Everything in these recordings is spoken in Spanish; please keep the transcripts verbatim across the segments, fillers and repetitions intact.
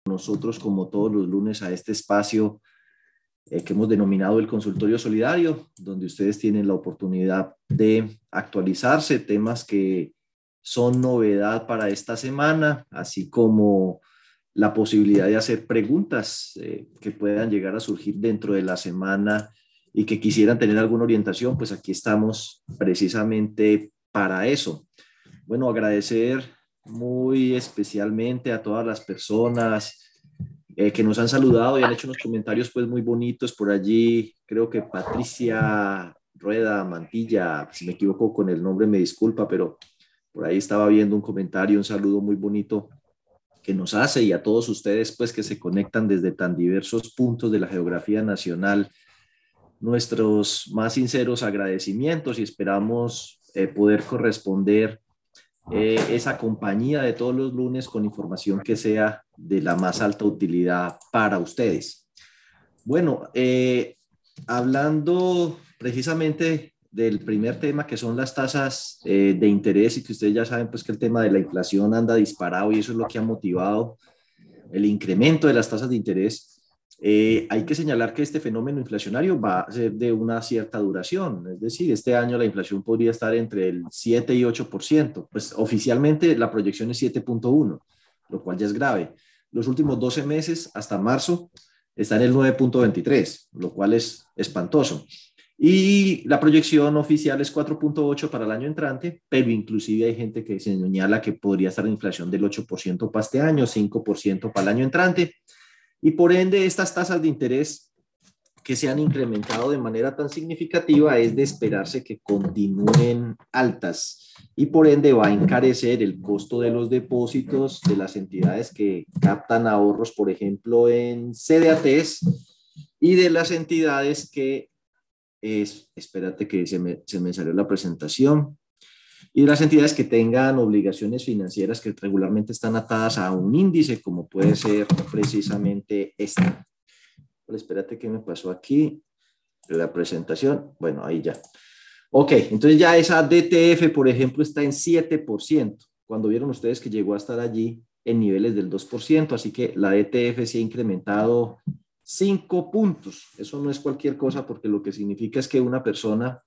nosotros como todos los lunes a este espacio eh, que hemos denominado el Consultorio Solidario, donde ustedes tienen la oportunidad de actualizarse temas que son novedad para esta semana, así como la posibilidad de hacer preguntas eh, que puedan llegar a surgir dentro de la semana y que quisieran tener alguna orientación, pues aquí estamos precisamente para eso. Bueno, agradecer muy especialmente a todas las personas eh, que nos han saludado y han hecho unos comentarios pues muy bonitos por allí. Creo que Patricia Rueda Mantilla, si me equivoco con el nombre me disculpa, pero por ahí estaba viendo un comentario, un saludo muy bonito que nos hace, y a todos ustedes pues que se conectan desde tan diversos puntos de la geografía nacional, nuestros más sinceros agradecimientos, y esperamos eh, poder corresponder eh, esa compañía de todos los lunes con información que sea de la más alta utilidad para ustedes. Bueno, eh, hablando precisamente del primer tema, que son las tasas eh, de interés, y que ustedes ya saben pues que el tema de la inflación anda disparado y eso es lo que ha motivado el incremento de las tasas de interés. Eh, hay que señalar que este fenómeno inflacionario va a ser de una cierta duración, es decir, este año la inflación podría estar entre el siete y ocho por ciento, pues oficialmente la proyección es siete punto uno, lo cual ya es grave. Los últimos doce meses hasta marzo está en el nueve punto veintitrés, lo cual es espantoso. Y la proyección oficial es cuatro punto ocho para el año entrante, pero inclusive hay gente que señala que podría estar en inflación del ocho por ciento para este año, cinco por ciento para el año entrante. Y por ende, estas tasas de interés que se han incrementado de manera tan significativa es de esperarse que continúen altas, y por ende va a encarecer el costo de los depósitos de las entidades que captan ahorros, por ejemplo, en C D A Tes, y de las entidades que es, espérate que se me, se me salió la presentación, y las entidades que tengan obligaciones financieras que regularmente están atadas a un índice, como puede ser precisamente esta. Pero espérate, ¿qué me pasó aquí? La presentación, bueno, ahí ya. Ok, entonces ya esa D T F, por ejemplo, está en siete por ciento, cuando vieron ustedes que llegó a estar allí en niveles del dos por ciento, así que la D T F se ha incrementado cinco puntos. Eso no es cualquier cosa, porque lo que significa es que una persona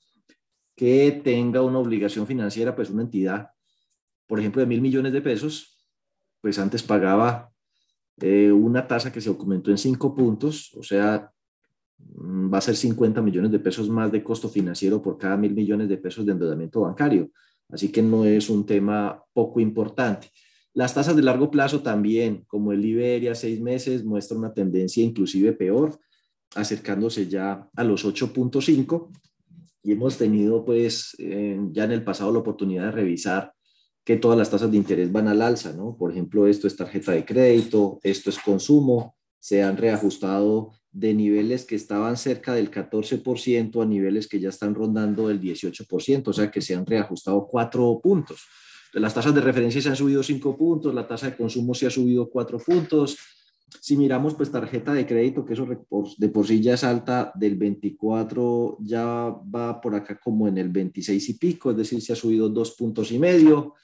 que tenga una obligación financiera, pues una entidad, por ejemplo, de mil millones de pesos, pues antes pagaba eh, una tasa que se aumentó en cinco puntos, o sea, va a ser cincuenta millones de pesos más de costo financiero por cada mil millones de pesos de endeudamiento bancario. Así que no es un tema poco importante. Las tasas de largo plazo también, como el Iberia, seis meses, muestra una tendencia inclusive peor, acercándose ya a los ocho punto cinco. Y hemos tenido pues eh, ya en el pasado la oportunidad de revisar que todas las tasas de interés van al alza, ¿no? Por ejemplo, esto es tarjeta de crédito, esto es consumo, se han reajustado de niveles que estaban cerca del catorce por ciento a niveles que ya están rondando el dieciocho por ciento, o sea que se han reajustado cuatro puntos. Las tasas de referencia se han subido cinco puntos, la tasa de consumo se ha subido cuatro puntos. Si miramos pues tarjeta de crédito, que eso de por sí ya es alta, del veinticuatro ya va por acá como en el veintiséis y pico, es decir, se ha subido dos puntos y medio.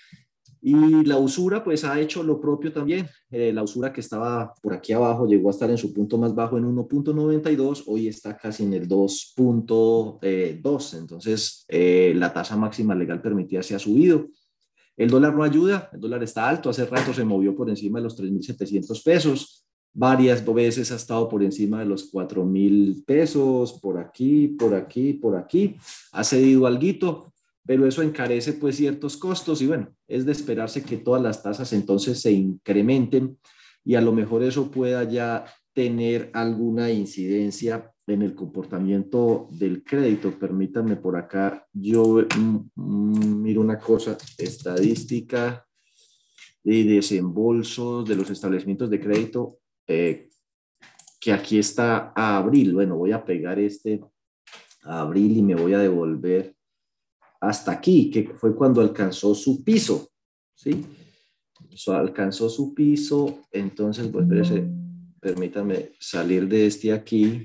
Y la usura pues ha hecho lo propio también. Eh, la usura que estaba por aquí abajo llegó a estar en su punto más bajo en uno punto noventa y dos, hoy está casi en el dos punto dos, entonces eh, la tasa máxima legal permitida se ha subido. El dólar no ayuda, el dólar está alto, hace rato se movió por encima de los tres mil setecientos pesos, varias veces ha estado por encima de los cuatro mil pesos, por aquí, por aquí, por aquí, ha cedido alguito, pero eso encarece pues ciertos costos, y bueno, es de esperarse que todas las tasas entonces se incrementen, y a lo mejor eso pueda ya tener alguna incidencia en el comportamiento del crédito. Permítanme por acá, yo mm, miro una cosa, estadística de desembolsos de los establecimientos de crédito, eh, que aquí está a abril. Bueno, voy a pegar este a abril y me voy a devolver hasta aquí, que fue cuando alcanzó su piso, ¿sí? So, alcanzó su piso, entonces, pues, permítanme salir de este aquí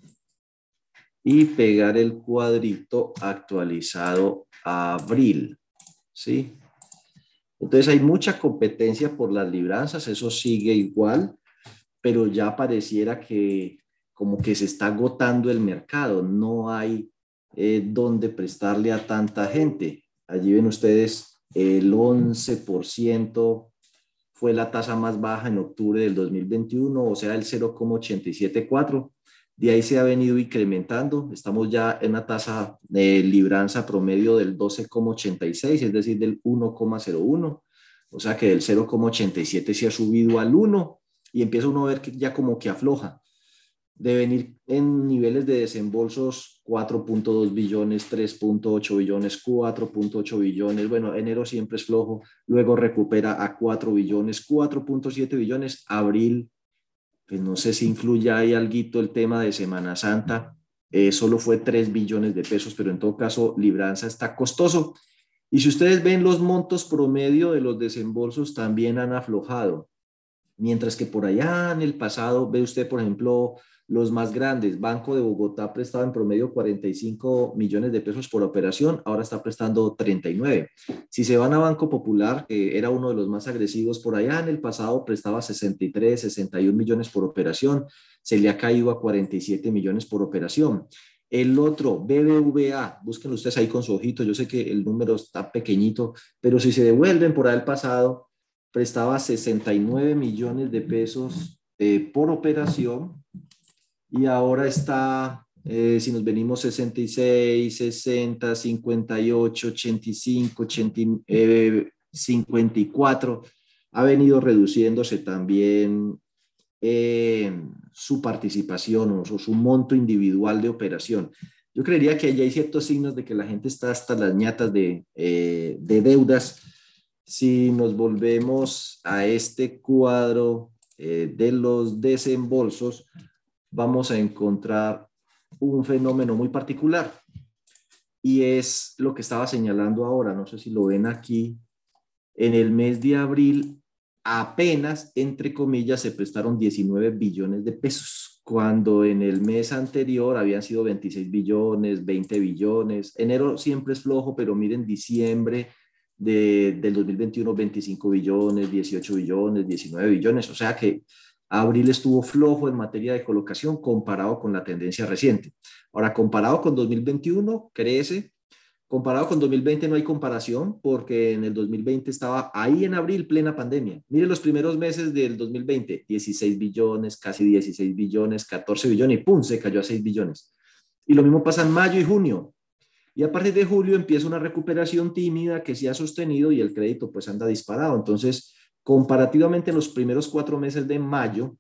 y pegar el cuadrito actualizado a abril, ¿sí? Entonces hay mucha competencia por las libranzas, eso sigue igual, pero ya pareciera que como que se está agotando el mercado, no hay eh, dónde prestarle a tanta gente. Allí ven ustedes el once por ciento fue la tasa más baja en octubre del dos mil veintiuno, o sea, el cero coma ochenta y siete cuatro. De ahí se ha venido incrementando. Estamos ya en una tasa de libranza promedio del doce coma ochenta y seis, es decir, del uno coma cero uno. O sea que del cero coma ochenta y siete se ha subido al uno y empieza uno a ver que ya como que afloja de venir en niveles de desembolsos cuatro punto dos billones, tres punto ocho billones, cuatro punto ocho billones. Bueno, enero siempre es flojo, luego recupera a cuatro billones, cuatro punto siete billones. Abril, pues no sé si influye ahí algo el tema de Semana Santa, eh, solo fue tres billones de pesos, pero en todo caso, libranza está costoso. Y si ustedes ven los montos promedio de los desembolsos también han aflojado. Mientras que por allá en el pasado, ve usted, por ejemplo, los más grandes, Banco de Bogotá prestaba en promedio cuarenta y cinco millones de pesos por operación, ahora está prestando treinta y nueve. Si se van a Banco Popular, que era uno de los más agresivos por allá en el pasado, prestaba sesenta y tres, sesenta y uno millones por operación, se le ha caído a cuarenta y siete millones por operación. El otro, B B V A, búsquenlo ustedes ahí con su ojito, yo sé que el número está pequeñito, pero si se devuelven por ahí el pasado, prestaba sesenta y nueve millones de pesos eh, por operación y ahora está, eh, si nos venimos sesenta y seis, sesenta, cincuenta y ocho, ochenta y cinco, ochenta, eh, cincuenta y cuatro, ha venido reduciéndose también eh, su participación o su monto individual de operación. Yo creería que allí hay ciertos signos de que la gente está hasta las ñatas de, eh, de deudas. Si nos volvemos a este cuadro eh, de los desembolsos, vamos a encontrar un fenómeno muy particular y es lo que estaba señalando ahora. No sé si lo ven aquí. En el mes de abril, apenas, entre comillas, se prestaron diecinueve billones de pesos, cuando en el mes anterior habían sido veintiséis billones, veinte billones. Enero siempre es flojo, pero miren, diciembre de, del dos mil veintiuno, veinticinco billones, dieciocho billones, diecinueve billones. O sea que abril estuvo flojo en materia de colocación comparado con la tendencia reciente. Ahora, comparado con dos mil veintiuno, crece. Comparado con dos mil veinte no hay comparación porque en el dos mil veinte estaba ahí en abril plena pandemia. Miren los primeros meses del dos mil veinte, dieciséis billones, casi dieciséis billones, catorce billones y pum, se cayó a seis billones. Y lo mismo pasa en mayo y junio. Y a partir de julio empieza una recuperación tímida que se ha sostenido y el crédito pues anda disparado. Entonces, comparativamente en los primeros cuatro meses de mayo,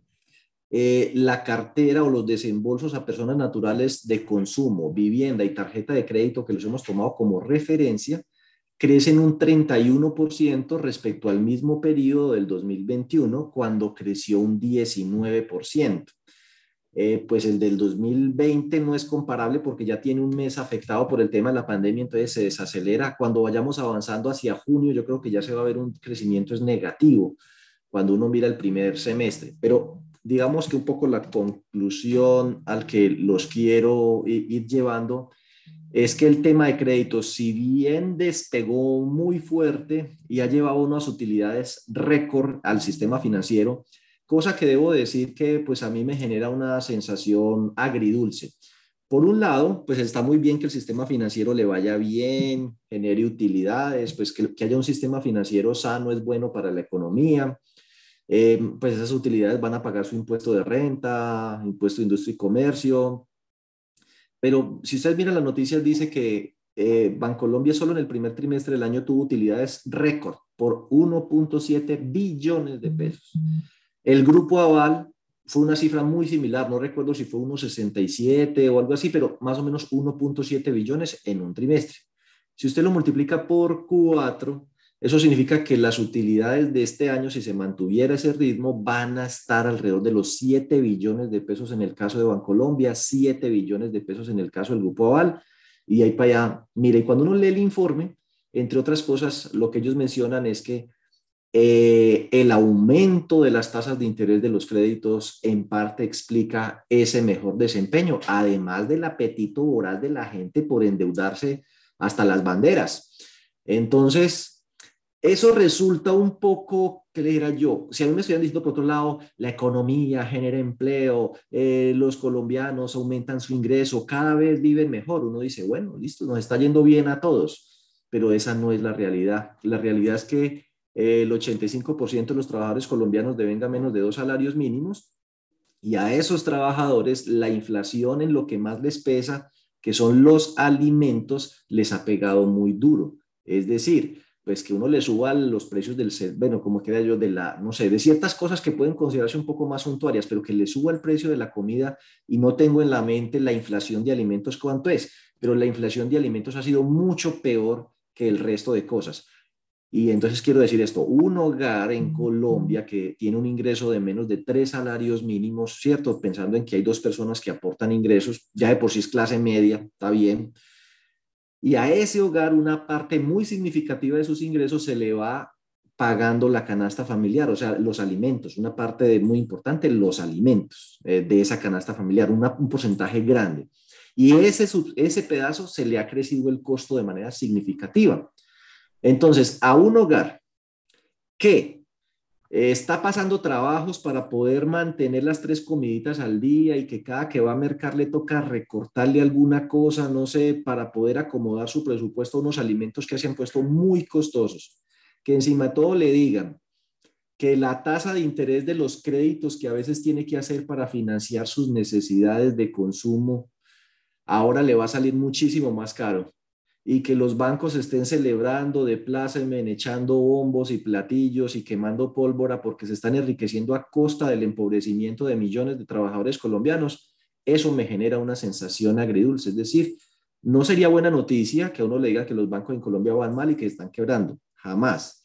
eh, la cartera o los desembolsos a personas naturales de consumo, vivienda y tarjeta de crédito que los hemos tomado como referencia, crecen un treinta y uno por ciento respecto al mismo periodo del dos mil veintiuno, cuando creció un diecinueve por ciento. Eh, pues el del dos mil veinte no es comparable porque ya tiene un mes afectado por el tema de la pandemia, entonces se desacelera. Cuando vayamos avanzando hacia junio, yo creo que ya se va a ver un crecimiento es negativo cuando uno mira el primer semestre. Pero digamos que un poco la conclusión al que los quiero ir llevando es que el tema de créditos, si bien despegó muy fuerte y ha llevado unas utilidades récord al sistema financiero, cosa que debo decir que pues a mí me genera una sensación agridulce. Por un lado, pues está muy bien que el sistema financiero le vaya bien, genere utilidades, pues que, que haya un sistema financiero sano es bueno para la economía. Eh, pues esas utilidades van a pagar su impuesto de renta, impuesto de industria y comercio. Pero si ustedes miran las noticias, dice que eh, Bancolombia solo en el primer trimestre del año tuvo utilidades récord por uno punto siete billones de pesos. El Grupo Aval fue una cifra muy similar, no recuerdo si fue uno punto sesenta y siete o algo así, pero más o menos uno punto siete billones en un trimestre. Si usted lo multiplica por cuatro, eso significa que las utilidades de este año, si se mantuviera ese ritmo, van a estar alrededor de los siete billones de pesos en el caso de Bancolombia, siete billones de pesos en el caso del Grupo Aval, y ahí para allá. Mire, cuando uno lee el informe, entre otras cosas, lo que ellos mencionan es que eh, el aumento de las tasas de interés de los créditos en parte explica ese mejor desempeño, además del apetito voraz de la gente por endeudarse hasta las banderas. Entonces, Eso resulta un poco, ¿qué le dijera yo? Si a mí me estuvieran diciendo por otro lado, la economía genera empleo, eh, los colombianos aumentan su ingreso, cada vez viven mejor, uno dice, bueno, listo, nos está yendo bien a todos, pero esa no es la realidad. La realidad es que eh, el ochenta y cinco por ciento de los trabajadores colombianos devengan menos de dos salarios mínimos y a esos trabajadores la inflación en lo que más les pesa, que son los alimentos, les ha pegado muy duro. Es decir, pues que uno le suba los precios del, bueno, como queda yo, de la, no sé, de ciertas cosas que pueden considerarse un poco más suntuarias, pero que le suba el precio de la comida y no tengo en la mente la inflación de alimentos cuánto es, pero la inflación de alimentos ha sido mucho peor que el resto de cosas. Y entonces quiero decir esto, un hogar en Colombia que tiene un ingreso de menos de tres salarios mínimos, ¿cierto? Pensando en que hay dos personas que aportan ingresos, ya de por sí es clase media, está bien. Y a ese hogar una parte muy significativa de sus ingresos se le va pagando la canasta familiar, o sea, los alimentos, una parte de, muy importante, los alimentos eh, de esa canasta familiar, una, un porcentaje grande. Y ese, ese pedazo se le ha crecido el costo de manera significativa. Entonces, a un hogar que eh, está pasando trabajos para poder mantener las tres comiditas al día y que cada que va a mercar le toca recortarle alguna cosa, no sé, para poder acomodar su presupuesto a unos alimentos que se han puesto muy costosos, que encima de todo le digan que la tasa de interés de los créditos que a veces tiene que hacer para financiar sus necesidades de consumo, ahora le va a salir muchísimo más caro y que los bancos estén celebrando de plaza y echando bombos y platillos y quemando pólvora porque se están enriqueciendo a costa del empobrecimiento de millones de trabajadores colombianos, eso me genera una sensación agridulce. Es decir, no sería buena noticia que a uno le diga que los bancos en Colombia van mal y que están quebrando, jamás.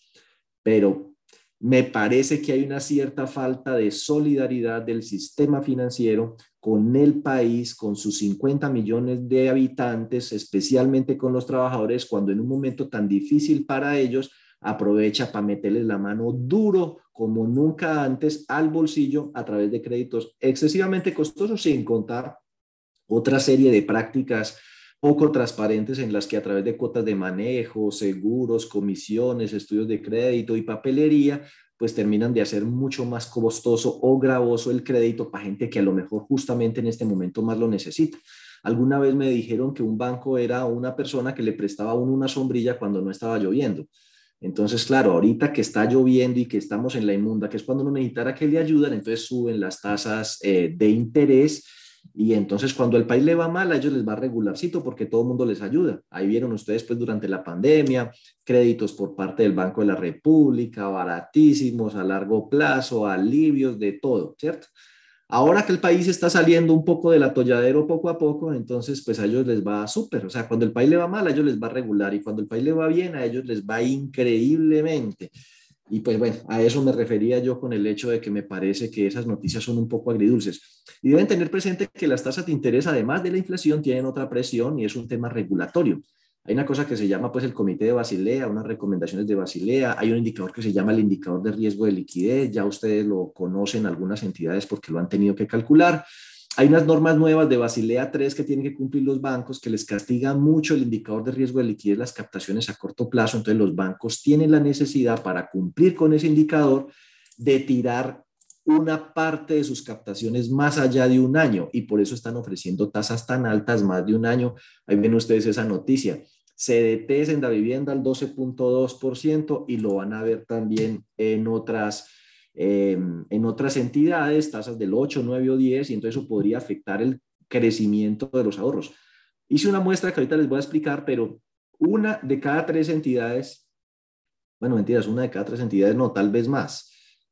Pero me parece que hay una cierta falta de solidaridad del sistema financiero con el país, con sus cincuenta millones de habitantes, especialmente con los trabajadores, cuando en un momento tan difícil para ellos aprovecha para meterles la mano duro como nunca antes al bolsillo a través de créditos excesivamente costosos, sin contar otra serie de prácticas poco transparentes en las que a través de cuotas de manejo, seguros, comisiones, estudios de crédito y papelería, pues terminan de hacer mucho más costoso o gravoso el crédito para gente que a lo mejor justamente en este momento más lo necesita. Alguna vez me dijeron que un banco era una persona que le prestaba a uno una sombrilla cuando no estaba lloviendo. Entonces, claro, ahorita que está lloviendo y que estamos en la inmunda, que es cuando uno necesitara que le ayudan, entonces suben las tasas eh, de interés y entonces cuando al país le va mal, a ellos les va regularcito porque todo el mundo les ayuda. Ahí vieron ustedes pues durante la pandemia, créditos por parte del Banco de la República, baratísimos, a largo plazo, alivios de todo, ¿cierto? Ahora que el país está saliendo un poco del atolladero poco a poco, entonces pues a ellos les va súper. O sea, cuando el país le va mal, a ellos les va regular y cuando el país le va bien, a ellos les va increíblemente. Y pues bueno, a eso me refería yo con el hecho de que me parece que esas noticias son un poco agridulces. Y deben tener presente que las tasas de interés, además de la inflación, tienen otra presión y es un tema regulatorio. Hay una cosa que se llama pues el Comité de Basilea, unas recomendaciones de Basilea, hay un indicador que se llama el indicador de riesgo de liquidez, ya ustedes lo conocen algunas entidades porque lo han tenido que calcular. Hay unas normas nuevas de Basilea tres que tienen que cumplir los bancos que les castigan mucho el indicador de riesgo de liquidez, las captaciones a corto plazo. Entonces los bancos tienen la necesidad para cumplir con ese indicador de tirar una parte de sus captaciones más allá de un año y por eso están ofreciendo tasas tan altas más de un año. Ahí ven ustedes esa noticia. C D Ts en la vivienda al doce punto dos por ciento y lo van a ver también en otras eh, en otras entidades, tasas del ocho, nueve o diez, y entonces eso podría afectar el crecimiento de los ahorros. Hice una muestra que ahorita les voy a explicar, pero una de cada tres entidades, bueno, mentiras, una de cada tres entidades, no, tal vez más.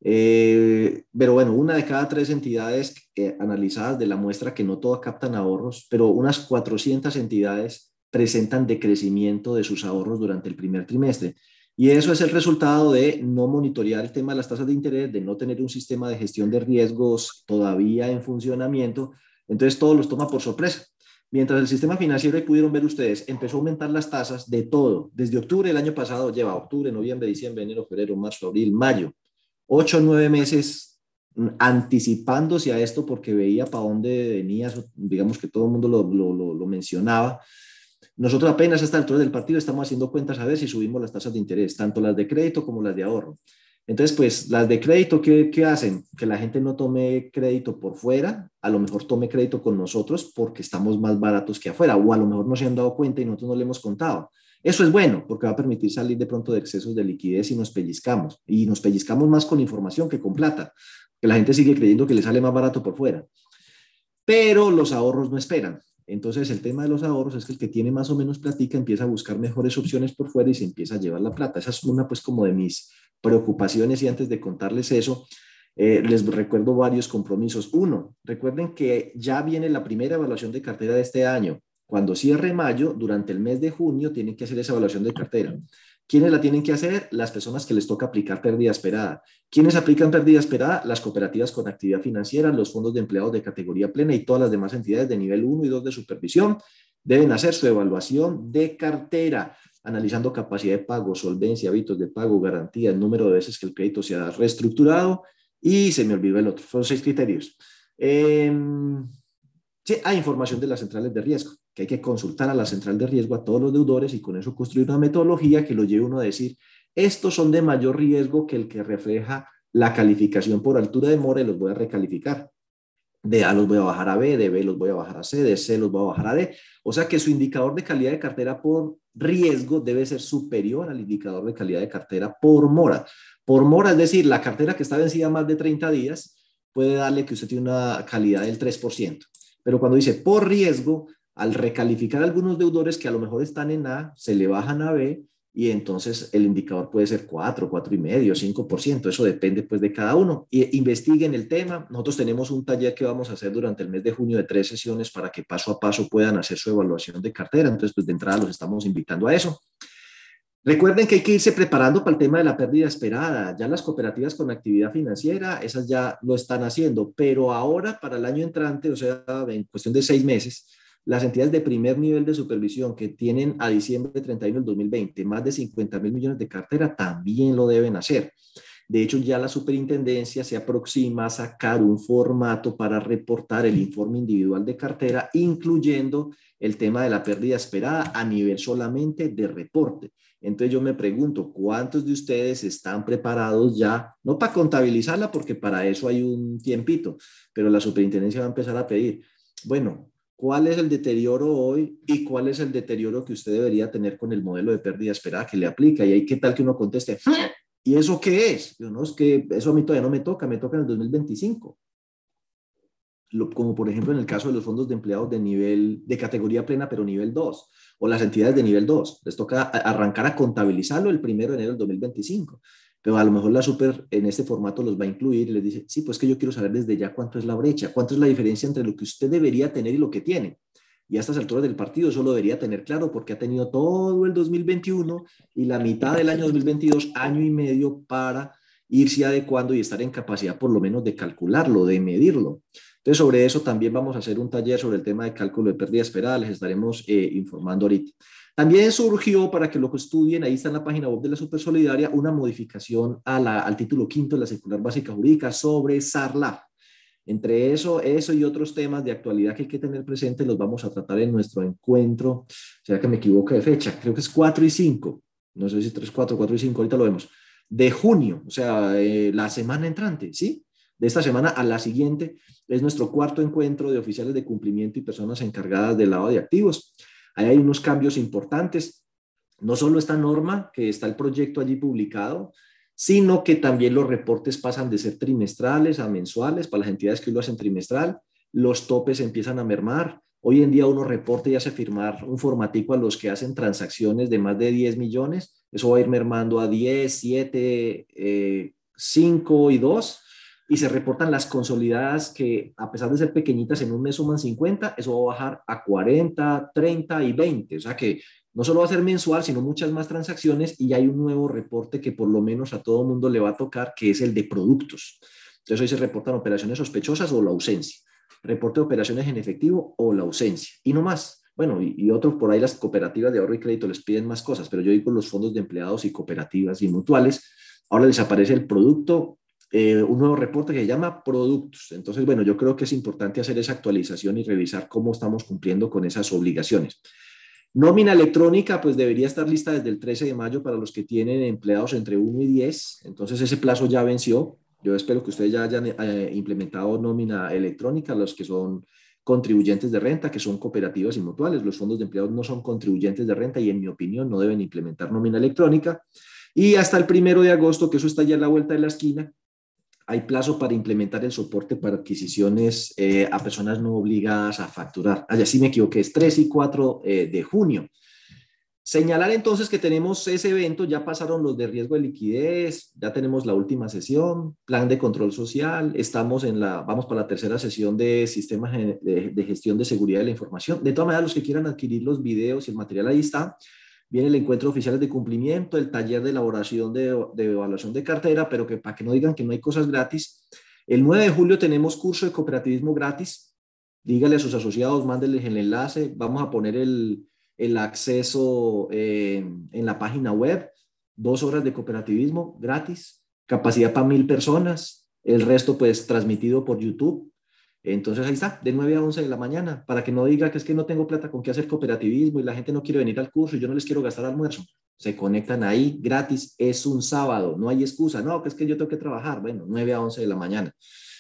Eh, pero bueno, una de cada tres entidades eh, analizadas de la muestra, que no todas captan ahorros, pero unas cuatrocientas entidades presentan decrecimiento de sus ahorros durante el primer trimestre. Y eso es el resultado de no monitorear el tema de las tasas de interés, de no tener un sistema de gestión de riesgos todavía en funcionamiento. Entonces todo los toma por sorpresa. Mientras el sistema financiero, ahí pudieron ver ustedes, empezó a aumentar las tasas de todo. Desde octubre del año pasado, lleva octubre, noviembre, diciembre, enero, febrero, marzo, abril, mayo. Ocho o nueve meses anticipándose a esto porque veía para dónde venía, digamos que todo el mundo lo, lo, lo, lo mencionaba. nosotros apenas a esta altura del partido estamos haciendo cuentas a ver si subimos las tasas de interés, tanto las de crédito como las de ahorro. Entonces, pues las de crédito, ¿qué, qué hacen? Que la gente no tome crédito por fuera, a lo mejor tome crédito con nosotros porque estamos más baratos que afuera, o a lo mejor no se han dado cuenta y nosotros no le hemos contado. Eso es bueno porque va a permitir salir de pronto de excesos de liquidez y nos pellizcamos. Y nos pellizcamos más con información que con plata, que la gente sigue creyendo que le sale más barato por fuera. Pero los ahorros no esperan. Entonces, el tema de los ahorros es que el que tiene más o menos platica empieza a buscar mejores opciones por fuera y se empieza a llevar la plata. Esa es una, pues, como de mis preocupaciones. Y antes de contarles eso, eh, les recuerdo varios compromisos. Uno, recuerden que ya viene la primera evaluación de cartera de este año. Cuando cierre mayo, durante el mes de junio, tienen que hacer esa evaluación de cartera. ¿Quiénes la tienen que hacer? Las personas que les toca aplicar pérdida esperada. ¿Quiénes aplican pérdida esperada? Las cooperativas con actividad financiera, los fondos de empleados de categoría plena y todas las demás entidades de nivel uno y dos de supervisión deben hacer su evaluación de cartera, analizando capacidad de pago, solvencia, hábitos de pago, garantía, el número de veces que el crédito se ha reestructurado y se me olvidó el otro. Son seis criterios. Eh, Sí, hay información de las centrales de riesgo, que hay que consultar a la central de riesgo, a todos los deudores y con eso construir una metodología que lo lleve uno a decir, estos son de mayor riesgo que el que refleja la calificación por altura de mora y los voy a recalificar. De A los voy a bajar a B, de B los voy a bajar a C, de C los voy a bajar a D. O sea que su indicador de calidad de cartera por riesgo debe ser superior al indicador de calidad de cartera por mora. Por mora, es decir, la cartera que está vencida más de treinta días puede darle que usted tiene una calidad del tres por ciento. Pero cuando dice por riesgo, al recalificar algunos deudores que a lo mejor están en A, se le bajan a B y entonces el indicador puede ser cuatro, cuatro y medio, cinco por ciento. Eso depende pues de cada uno. Y investiguen el tema. Nosotros tenemos un taller que vamos a hacer durante el mes de junio de tres sesiones para que paso a paso puedan hacer su evaluación de cartera. Entonces, pues de entrada los estamos invitando a eso. Recuerden que hay que irse preparando para el tema de la pérdida esperada. Ya las cooperativas con actividad financiera, esas ya lo están haciendo, pero ahora para el año entrante, o sea, en cuestión de seis meses, las entidades de primer nivel de supervisión que tienen a diciembre de treinta y uno del dos mil veinte más de cincuenta mil millones de cartera también lo deben hacer. De hecho, ya la superintendencia se aproxima a sacar un formato para reportar el informe individual de cartera, incluyendo el tema de la pérdida esperada a nivel solamente de reporte. Entonces yo me pregunto, ¿cuántos de ustedes están preparados ya? No para contabilizarla, porque para eso hay un tiempito, pero la superintendencia va a empezar a pedir, bueno, ¿cuál es el deterioro hoy y cuál es el deterioro que usted debería tener con el modelo de pérdida esperada que le aplica? Y ahí, ¿qué tal que uno conteste? ¿Y eso qué es? Yo, no, es que eso a mí todavía no me toca, me toca en el dos mil veinticinco. Lo, como por ejemplo en el caso de los fondos de empleados de nivel, de categoría plena, pero nivel dos, o las entidades de nivel dos. Les toca arrancar a contabilizarlo el primero de enero del dos mil veinticinco. Pero a lo mejor la super en este formato los va a incluir y les dice, sí, pues que yo quiero saber desde ya cuánto es la brecha, cuánto es la diferencia entre lo que usted debería tener y lo que tiene. Y a estas alturas del partido eso lo debería tener claro porque ha tenido todo el dos mil veintiuno y la mitad del año dos mil veintidós, año y medio para irse adecuando y estar en capacidad por lo menos de calcularlo, de medirlo. Entonces, sobre eso también vamos a hacer un taller sobre el tema de cálculo de pérdida esperada, les estaremos eh, informando ahorita. También surgió, para que lo estudien, ahí está en la página web de la Supersolidaria, una modificación a la, al título quinto de la Circular Básica Jurídica sobre SARLAF. Entre eso, eso y otros temas de actualidad que hay que tener presente los vamos a tratar en nuestro encuentro. ¿Será que me equivoco de fecha? Creo que es cuatro y cinco. No sé si tres, cuatro, cuatro y cinco, ahorita lo vemos. De junio, o sea, eh, la semana entrante, ¿sí? De esta semana a la siguiente es nuestro cuarto encuentro de oficiales de cumplimiento y personas encargadas del lavado de activos. Ahí hay unos cambios importantes. No solo esta norma, que está el proyecto allí publicado, sino que también los reportes pasan de ser trimestrales a mensuales para las entidades que lo hacen trimestral. Los topes empiezan a mermar. Hoy en día uno reporte y hace firmar un formatico a los que hacen transacciones de más de diez millones. Eso va a ir mermando a diez, siete, eh, cinco y dos. Y se reportan las consolidadas que, a pesar de ser pequeñitas, en un mes suman cincuenta, eso va a bajar a cuarenta, treinta y veinte. O sea que no solo va a ser mensual, sino muchas más transacciones y hay un nuevo reporte que por lo menos a todo mundo le va a tocar, que es el de productos. Entonces hoy se reportan operaciones sospechosas o la ausencia, reporte de operaciones en efectivo o la ausencia y no más. Bueno, y, y otros por ahí las cooperativas de ahorro y crédito les piden más cosas, pero yo digo los fondos de empleados y cooperativas y mutuales, ahora les aparece el producto, eh, un nuevo reporte que se llama productos. Entonces, bueno, yo creo que es importante hacer esa actualización y revisar cómo estamos cumpliendo con esas obligaciones. Nómina electrónica, pues debería estar lista desde el trece de mayo para los que tienen empleados entre uno y diez, entonces ese plazo ya venció. Yo espero que ustedes ya hayan eh, implementado nómina electrónica, los que son contribuyentes de renta, que son cooperativas y mutuales. Los fondos de empleados no son contribuyentes de renta y en mi opinión no deben implementar nómina electrónica. Y hasta el primero de agosto, que eso está ya a la vuelta de la esquina, hay plazo para implementar el soporte para adquisiciones eh, a personas no obligadas a facturar. Allá sí me equivoqué, es tres y cuatro eh, de junio. Señalar entonces que tenemos ese evento, ya pasaron los de riesgo de liquidez, ya tenemos la última sesión, plan de control social, estamos en la, vamos para la tercera sesión de sistemas de, de gestión de seguridad de la información. De todas maneras, los que quieran adquirir los videos y el material ahí está. Viene el encuentro de oficiales de cumplimiento, el taller de elaboración de, de evaluación de cartera, pero que para que no digan que no hay cosas gratis. El nueve de julio tenemos curso de cooperativismo gratis. Dígale a sus asociados, mándenles el enlace. Vamos a poner el, el acceso eh, en la página web. Dos horas de cooperativismo gratis. Capacidad para mil personas. El resto pues transmitido por YouTube. Entonces ahí está, de nueve a once de la mañana, para que no diga que es que no tengo plata con qué hacer cooperativismo y la gente no quiere venir al curso y yo no les quiero gastar almuerzo. Se conectan ahí gratis, es un sábado, no hay excusa, no, que es que yo tengo que trabajar, bueno, nueve a once de la mañana.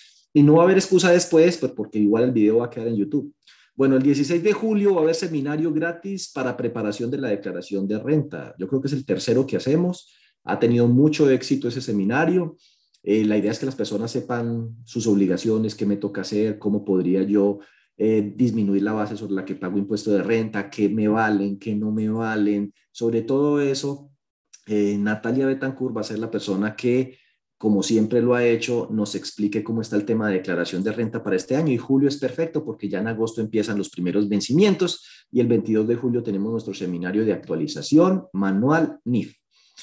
Y no va a haber excusa después, pues porque igual el video va a quedar en YouTube. Bueno, el dieciséis de julio va a haber seminario gratis para preparación de la declaración de renta. Yo creo que es el tercero que hacemos, ha tenido mucho éxito ese seminario. Eh, la idea es que las personas sepan sus obligaciones, qué me toca hacer, cómo podría yo eh, disminuir la base sobre la que pago impuesto de renta, qué me valen, qué no me valen. Sobre todo eso, eh, Natalia Betancourt va a ser la persona que, como siempre lo ha hecho, nos explique cómo está el tema de declaración de renta para este año. Y julio es perfecto porque ya en agosto empiezan los primeros vencimientos y el veintidós de julio tenemos nuestro seminario de actualización manual N I F.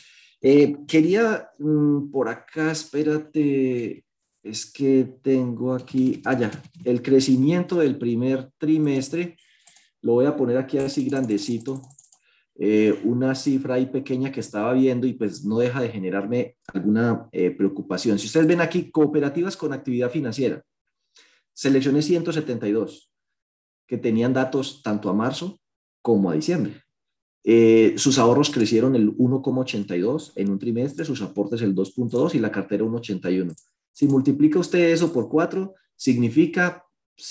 Eh, quería mmm, por acá, espérate, es que tengo aquí, allá, ah, el crecimiento del primer trimestre, lo voy a poner aquí así grandecito, eh, una cifra ahí pequeña que estaba viendo y pues no deja de generarme alguna eh, preocupación. Si ustedes ven aquí, cooperativas con actividad financiera, seleccioné ciento setenta y dos que tenían datos tanto a marzo como a diciembre. Eh, sus ahorros crecieron el uno coma ochenta y dos en un trimestre, sus aportes el dos punto dos y la cartera uno coma ochenta y uno. Si multiplica usted eso por cuatro, significa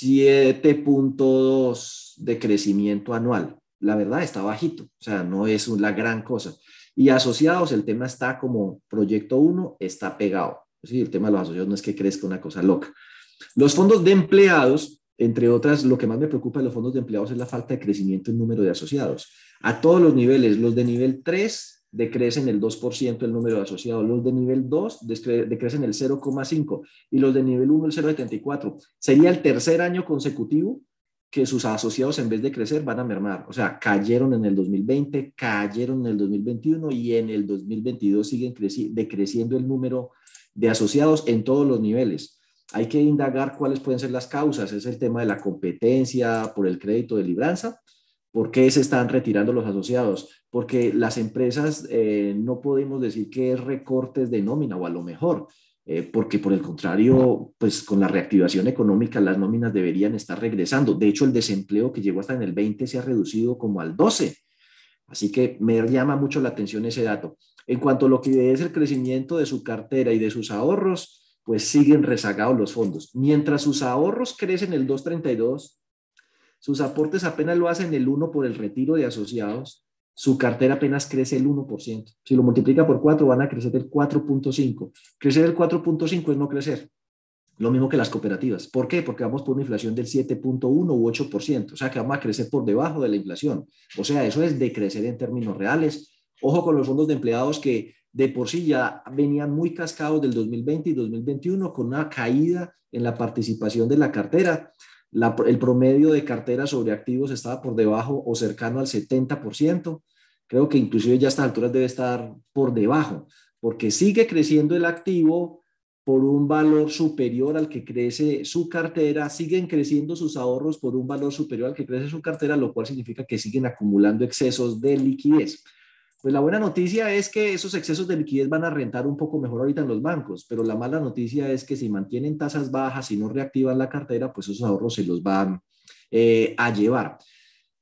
siete punto dos de crecimiento anual. La verdad está bajito, o sea, no es la gran cosa. Y asociados, el tema está como proyecto uno, está pegado. Sí, el tema de los asociados no es que crezca una cosa loca. Los fondos de empleados, entre otras, lo que más me preocupa de los fondos de empleados es la falta de crecimiento en número de asociados. A todos los niveles, los de nivel tres decrecen el dos por ciento el número de asociados, los de nivel dos decrecen el cero coma cinco por ciento y los de nivel uno el cero coma setenta y cuatro por ciento. Sería el tercer año consecutivo que sus asociados en vez de crecer van a mermar. O sea, cayeron en el dos mil veinte, cayeron en el dos mil veintiuno y en el dos mil veintidós siguen decreciendo el número de asociados en todos los niveles. Hay que indagar cuáles pueden ser las causas. Es el tema de la competencia por el crédito de libranza. ¿Por qué se están retirando los asociados? Porque las empresas eh, no podemos decir que es recortes de nómina o a lo mejor, eh, porque por el contrario, pues con la reactivación económica las nóminas deberían estar regresando. De hecho, el desempleo que llegó hasta en el veinte se ha reducido como al doce. Así que me llama mucho la atención ese dato. En cuanto a lo que es el crecimiento de su cartera y de sus ahorros, pues siguen rezagados los fondos. Mientras sus ahorros crecen el dos coma treinta y dos, sus aportes apenas lo hacen el uno por el retiro de asociados, su cartera apenas crece el uno por ciento. Si lo multiplica por cuatro, van a crecer el cuatro punto cinco. Crecer el cuatro punto cinco es no crecer. Lo mismo que las cooperativas. ¿Por qué? Porque vamos por una inflación del siete punto uno u ocho por ciento. O sea que vamos a crecer por debajo de la inflación. O sea, eso es decrecer en términos reales. Ojo con los fondos de empleados que de por sí ya venían muy cascados del dos mil veinte y dos mil veintiuno con una caída en la participación de la cartera. La, el promedio de cartera sobre activos estaba por debajo o cercano al setenta por ciento. Creo que inclusive ya a estas alturas debe estar por debajo, porque sigue creciendo el activo por un valor superior al que crece su cartera, siguen creciendo sus ahorros por un valor superior al que crece su cartera, lo cual significa que siguen acumulando excesos de liquidez. Pues la buena noticia es que esos excesos de liquidez van a rentar un poco mejor ahorita en los bancos, pero la mala noticia es que si mantienen tasas bajas y no reactivan la cartera, pues esos ahorros se los van eh, a llevar.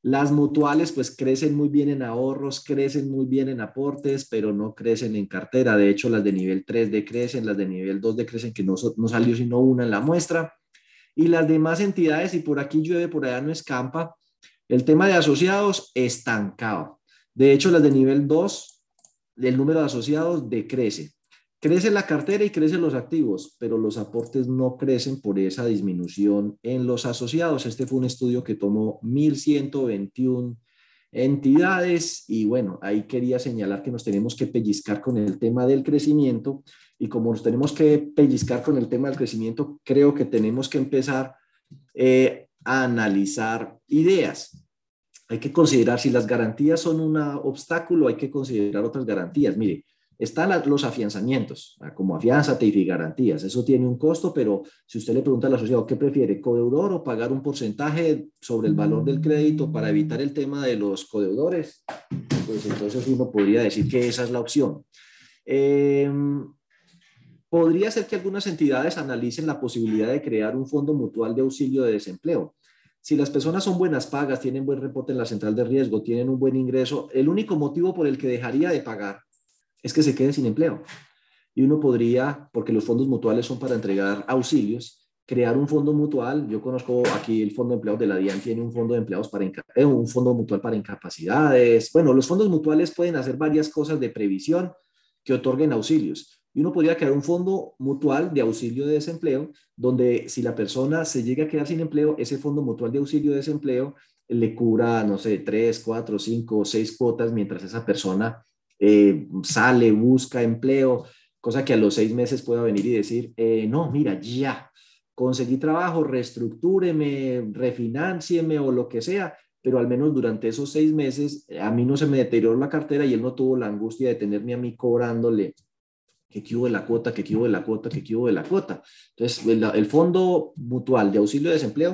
Las mutuales pues crecen muy bien en ahorros, crecen muy bien en aportes, pero no crecen en cartera. De hecho, las de nivel tres decrecen, las de nivel dos decrecen, que no, no salió sino una en la muestra. Y las demás entidades, y por aquí llueve, por allá no escampa, el tema de asociados estancado. De hecho, las de nivel dos, el número de asociados decrece. Crece la cartera y crecen los activos, pero los aportes no crecen por esa disminución en los asociados. Este fue un estudio que tomó mil ciento veintiuna entidades y bueno, ahí quería señalar que nos tenemos que pellizcar con el tema del crecimiento y como nos tenemos que pellizcar con el tema del crecimiento, creo que tenemos que empezar eh, a analizar ideas. Hay que considerar si las garantías son un obstáculo, hay que considerar otras garantías. Mire, están los afianzamientos, como afianzate y garantías. Eso tiene un costo, pero si usted le pregunta al asociado, ¿qué prefiere, codeudor o pagar un porcentaje sobre el valor del crédito para evitar el tema de los codeudores? Pues entonces uno podría decir que esa es la opción. Eh, podría ser que algunas entidades analicen la posibilidad de crear un fondo mutual de auxilio de desempleo. Si las personas son buenas pagas, tienen buen reporte en la central de riesgo, tienen un buen ingreso, el único motivo por el que dejaría de pagar es que se quede sin empleo. Y uno podría, porque los fondos mutuales son para entregar auxilios, crear un fondo mutual. Yo conozco aquí el Fondo de Empleados de la DIAN, tiene un fondo de empleados para eh, un fondo mutual para incapacidades. Bueno, los fondos mutuales pueden hacer varias cosas de previsión que otorguen auxilios. Y uno podría crear un fondo mutual de auxilio de desempleo, donde si la persona se llega a quedar sin empleo, ese fondo mutual de auxilio de desempleo le cubra, no sé, tres, cuatro, cinco, seis cuotas mientras esa persona eh, sale, busca empleo, cosa que a los seis meses pueda venir y decir, eh, no, mira, ya, conseguí trabajo, reestructúreme, refinancieme o lo que sea, pero al menos durante esos seis meses a mí no se me deterioró la cartera y él no tuvo la angustia de tenerme a mí cobrándole que qué hubo de la cuota, que qué hubo de la cuota, que qué hubo de la cuota. Entonces, el, el Fondo Mutual de Auxilio de Desempleo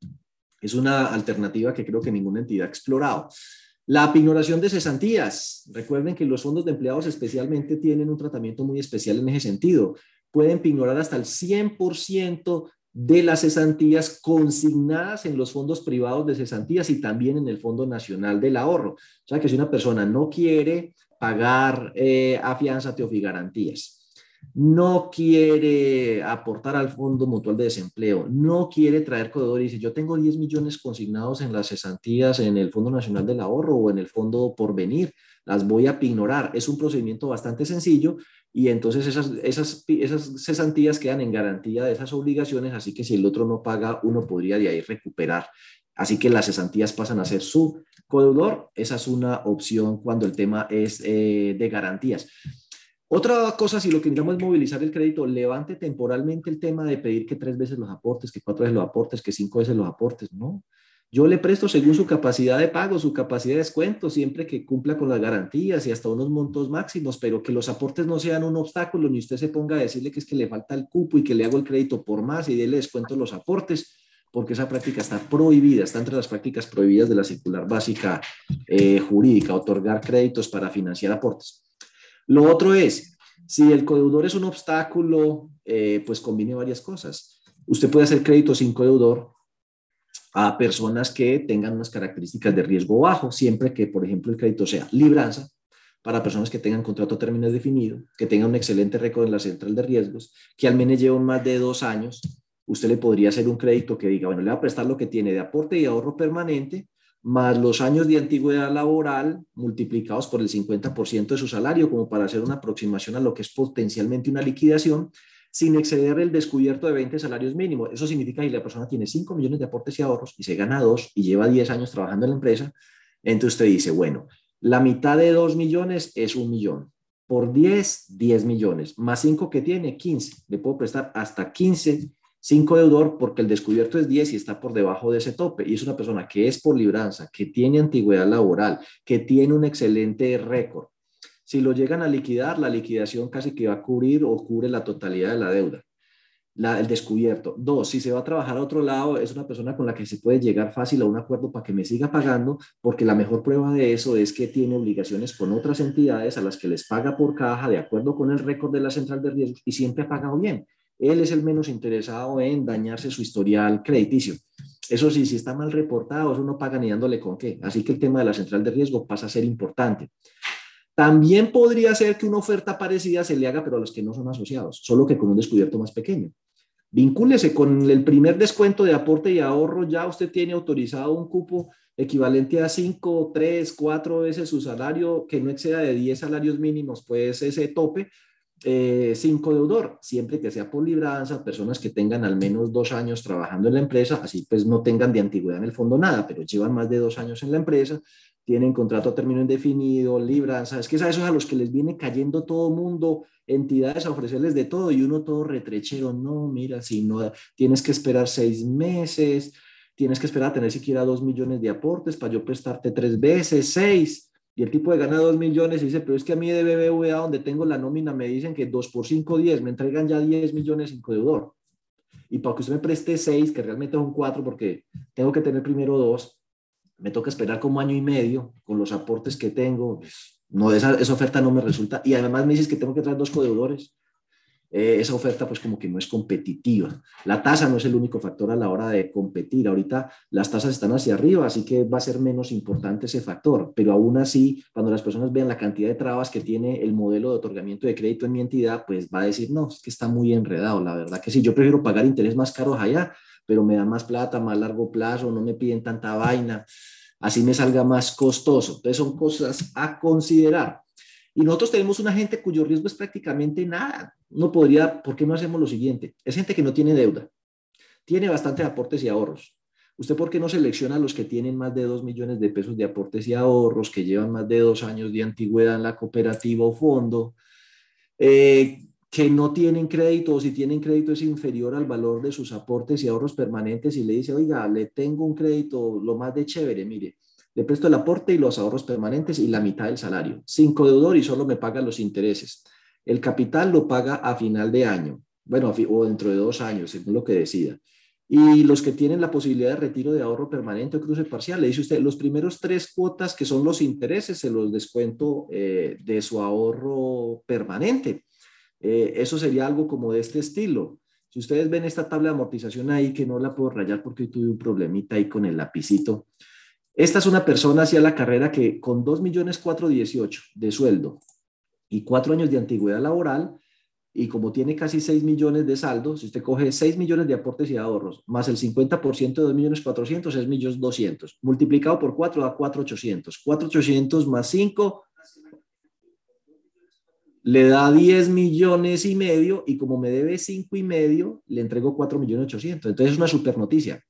es una alternativa que creo que ninguna entidad ha explorado. La pignoración de cesantías. Recuerden que los fondos de empleados especialmente tienen un tratamiento muy especial en ese sentido. Pueden pignorar hasta el cien por ciento de las cesantías consignadas en los fondos privados de cesantías y también en el Fondo Nacional del Ahorro. O sea que si una persona no quiere pagar eh, afianzate o garantías, no quiere aportar al Fondo Mutual de Desempleo, no quiere traer codeudor y dice, yo tengo diez millones consignados en las cesantías en el Fondo Nacional del Ahorro o en el Fondo Porvenir, las voy a pignorar. Es un procedimiento bastante sencillo y entonces esas, esas, esas cesantías quedan en garantía de esas obligaciones, así que si el otro no paga, uno podría de ahí recuperar. Así que las cesantías pasan a ser su codeudor. Esa es una opción cuando el tema es eh, de garantías. Otra cosa, si lo que necesitamos es movilizar el crédito, levante temporalmente el tema de pedir que tres veces los aportes, que cuatro veces los aportes, que cinco veces los aportes. No, yo le presto según su capacidad de pago, su capacidad de descuento, siempre que cumpla con las garantías y hasta unos montos máximos, pero que los aportes no sean un obstáculo, ni usted se ponga a decirle que es que le falta el cupo y que le hago el crédito por más y déle descuento los aportes, porque esa práctica está prohibida, está entre las prácticas prohibidas de la circular básica eh, jurídica, otorgar créditos para financiar aportes. Lo otro es, si el codeudor es un obstáculo, eh, pues combine varias cosas. Usted puede hacer crédito sin codeudor a personas que tengan unas características de riesgo bajo, siempre que, por ejemplo, el crédito sea libranza, para personas que tengan contrato a término definido, que tengan un excelente récord en la central de riesgos, que al menos lleven más de dos años. Usted le podría hacer un crédito que diga, bueno, le va a prestar lo que tiene de aporte y ahorro permanente, más los años de antigüedad laboral multiplicados por el cincuenta por ciento de su salario, como para hacer una aproximación a lo que es potencialmente una liquidación, sin exceder el descubierto de veinte salarios mínimos. Eso significa que si la persona tiene cinco millones de aportes y ahorros y se gana dos y lleva diez años trabajando en la empresa, entonces usted dice, bueno, la mitad de dos millones es un millón. Por diez, diez millones. Más cinco que tiene, quince. Le puedo prestar hasta quince sin codeudor porque el descubierto es diez y está por debajo de ese tope. Y es una persona que es por libranza, que tiene antigüedad laboral, que tiene un excelente récord. Si lo llegan a liquidar, la liquidación casi que va a cubrir o cubre la totalidad de la deuda. La, el descubierto. Dos, si se va a trabajar a otro lado, es una persona con la que se puede llegar fácil a un acuerdo para que me siga pagando, porque la mejor prueba de eso es que tiene obligaciones con otras entidades a las que les paga por caja de acuerdo con el récord de la central de riesgos y siempre ha pagado bien. Él es el menos interesado en dañarse su historial crediticio. Eso sí, si está mal reportado, eso no paga ni dándole con qué. Así que el tema de la central de riesgo pasa a ser importante. También podría ser que una oferta parecida se le haga, pero a los que no son asociados, solo que con un descubierto más pequeño. Vincúlese con el primer descuento de aporte y ahorro, ya usted tiene autorizado un cupo equivalente a cinco, tres, cuatro veces su salario, que no exceda de diez salarios mínimos, pues ese tope, eh, sin codeudor, siempre que sea por libranza, personas que tengan al menos dos años trabajando en la empresa, así pues no tengan de antigüedad en el fondo nada, pero llevan más de dos años en la empresa, tienen contrato a término indefinido, libranza, es que es a esos a los que les viene cayendo todo mundo, entidades a ofrecerles de todo y uno todo retrechero, no, mira, si no, tienes que esperar seis meses, tienes que esperar a tener siquiera dos millones de aportes para yo prestarte tres veces, seis, y el tipo de gana dos millones y dice, pero es que a mí de B B V A donde tengo la nómina me dicen que dos por cinco, diez, me entregan ya diez millones sin codeudor. Y para que usted me preste seis, que realmente son cuatro porque tengo que tener primero dos, me toca esperar como año y medio con los aportes que tengo. Pues, no, esa, esa oferta no me resulta. Y además me dices que tengo que traer dos codeudores. Eh, esa oferta pues como que no es competitiva. La tasa no es el único factor a la hora de competir. Ahorita las tasas están hacia arriba, así que va a ser menos importante ese factor. Pero aún así, cuando las personas vean la cantidad de trabas que tiene el modelo de otorgamiento de crédito en mi entidad, pues va a decir, no, es que está muy enredado. La verdad que sí, yo prefiero pagar interés más caros allá, pero me da más plata, más largo plazo, no me piden tanta vaina, así me salga más costoso. Entonces son cosas a considerar. Y nosotros tenemos una gente cuyo riesgo es prácticamente nada. No podría, ¿por qué no hacemos lo siguiente? Es gente que no tiene deuda, tiene bastantes aportes y ahorros. ¿Usted por qué no selecciona a los que tienen más de dos millones de pesos de aportes y ahorros, que llevan más de dos años de antigüedad en la cooperativa o fondo, eh, que no tienen crédito o si tienen crédito es inferior al valor de sus aportes y ahorros permanentes y le dice, oiga, le tengo un crédito lo más de chévere, mire, le presto el aporte y los ahorros permanentes y la mitad del salario, sin codeudor y solo me paga los intereses. El capital lo paga a final de año, bueno, o dentro de dos años, según lo que decida. Y los que tienen la posibilidad de retiro de ahorro permanente o cruce parcial, le dice usted, los primeros tres cuotas que son los intereses, se los descuento eh, de su ahorro permanente. Eh, eso sería algo como de este estilo. Si ustedes ven esta tabla de amortización ahí, que no la puedo rayar porque hoy tuve un problemita ahí con el lapicito. Esta es una persona hacia la carrera que con dos millones cuatrocientos dieciocho de sueldo y cuatro años de antigüedad laboral, y como tiene casi seis millones de saldo, si usted coge seis millones de aportes y ahorros, más el cincuenta por ciento de dos millones cuatrocientos, es un millón doscientos. Multiplicado por cuatro da cuatro millones ochocientos. cuatro millones ochocientos más cinco le da diez millones y medio, y como me debe cinco y medio, le entrego cuatro millones ochocientos. Entonces es una super noticia.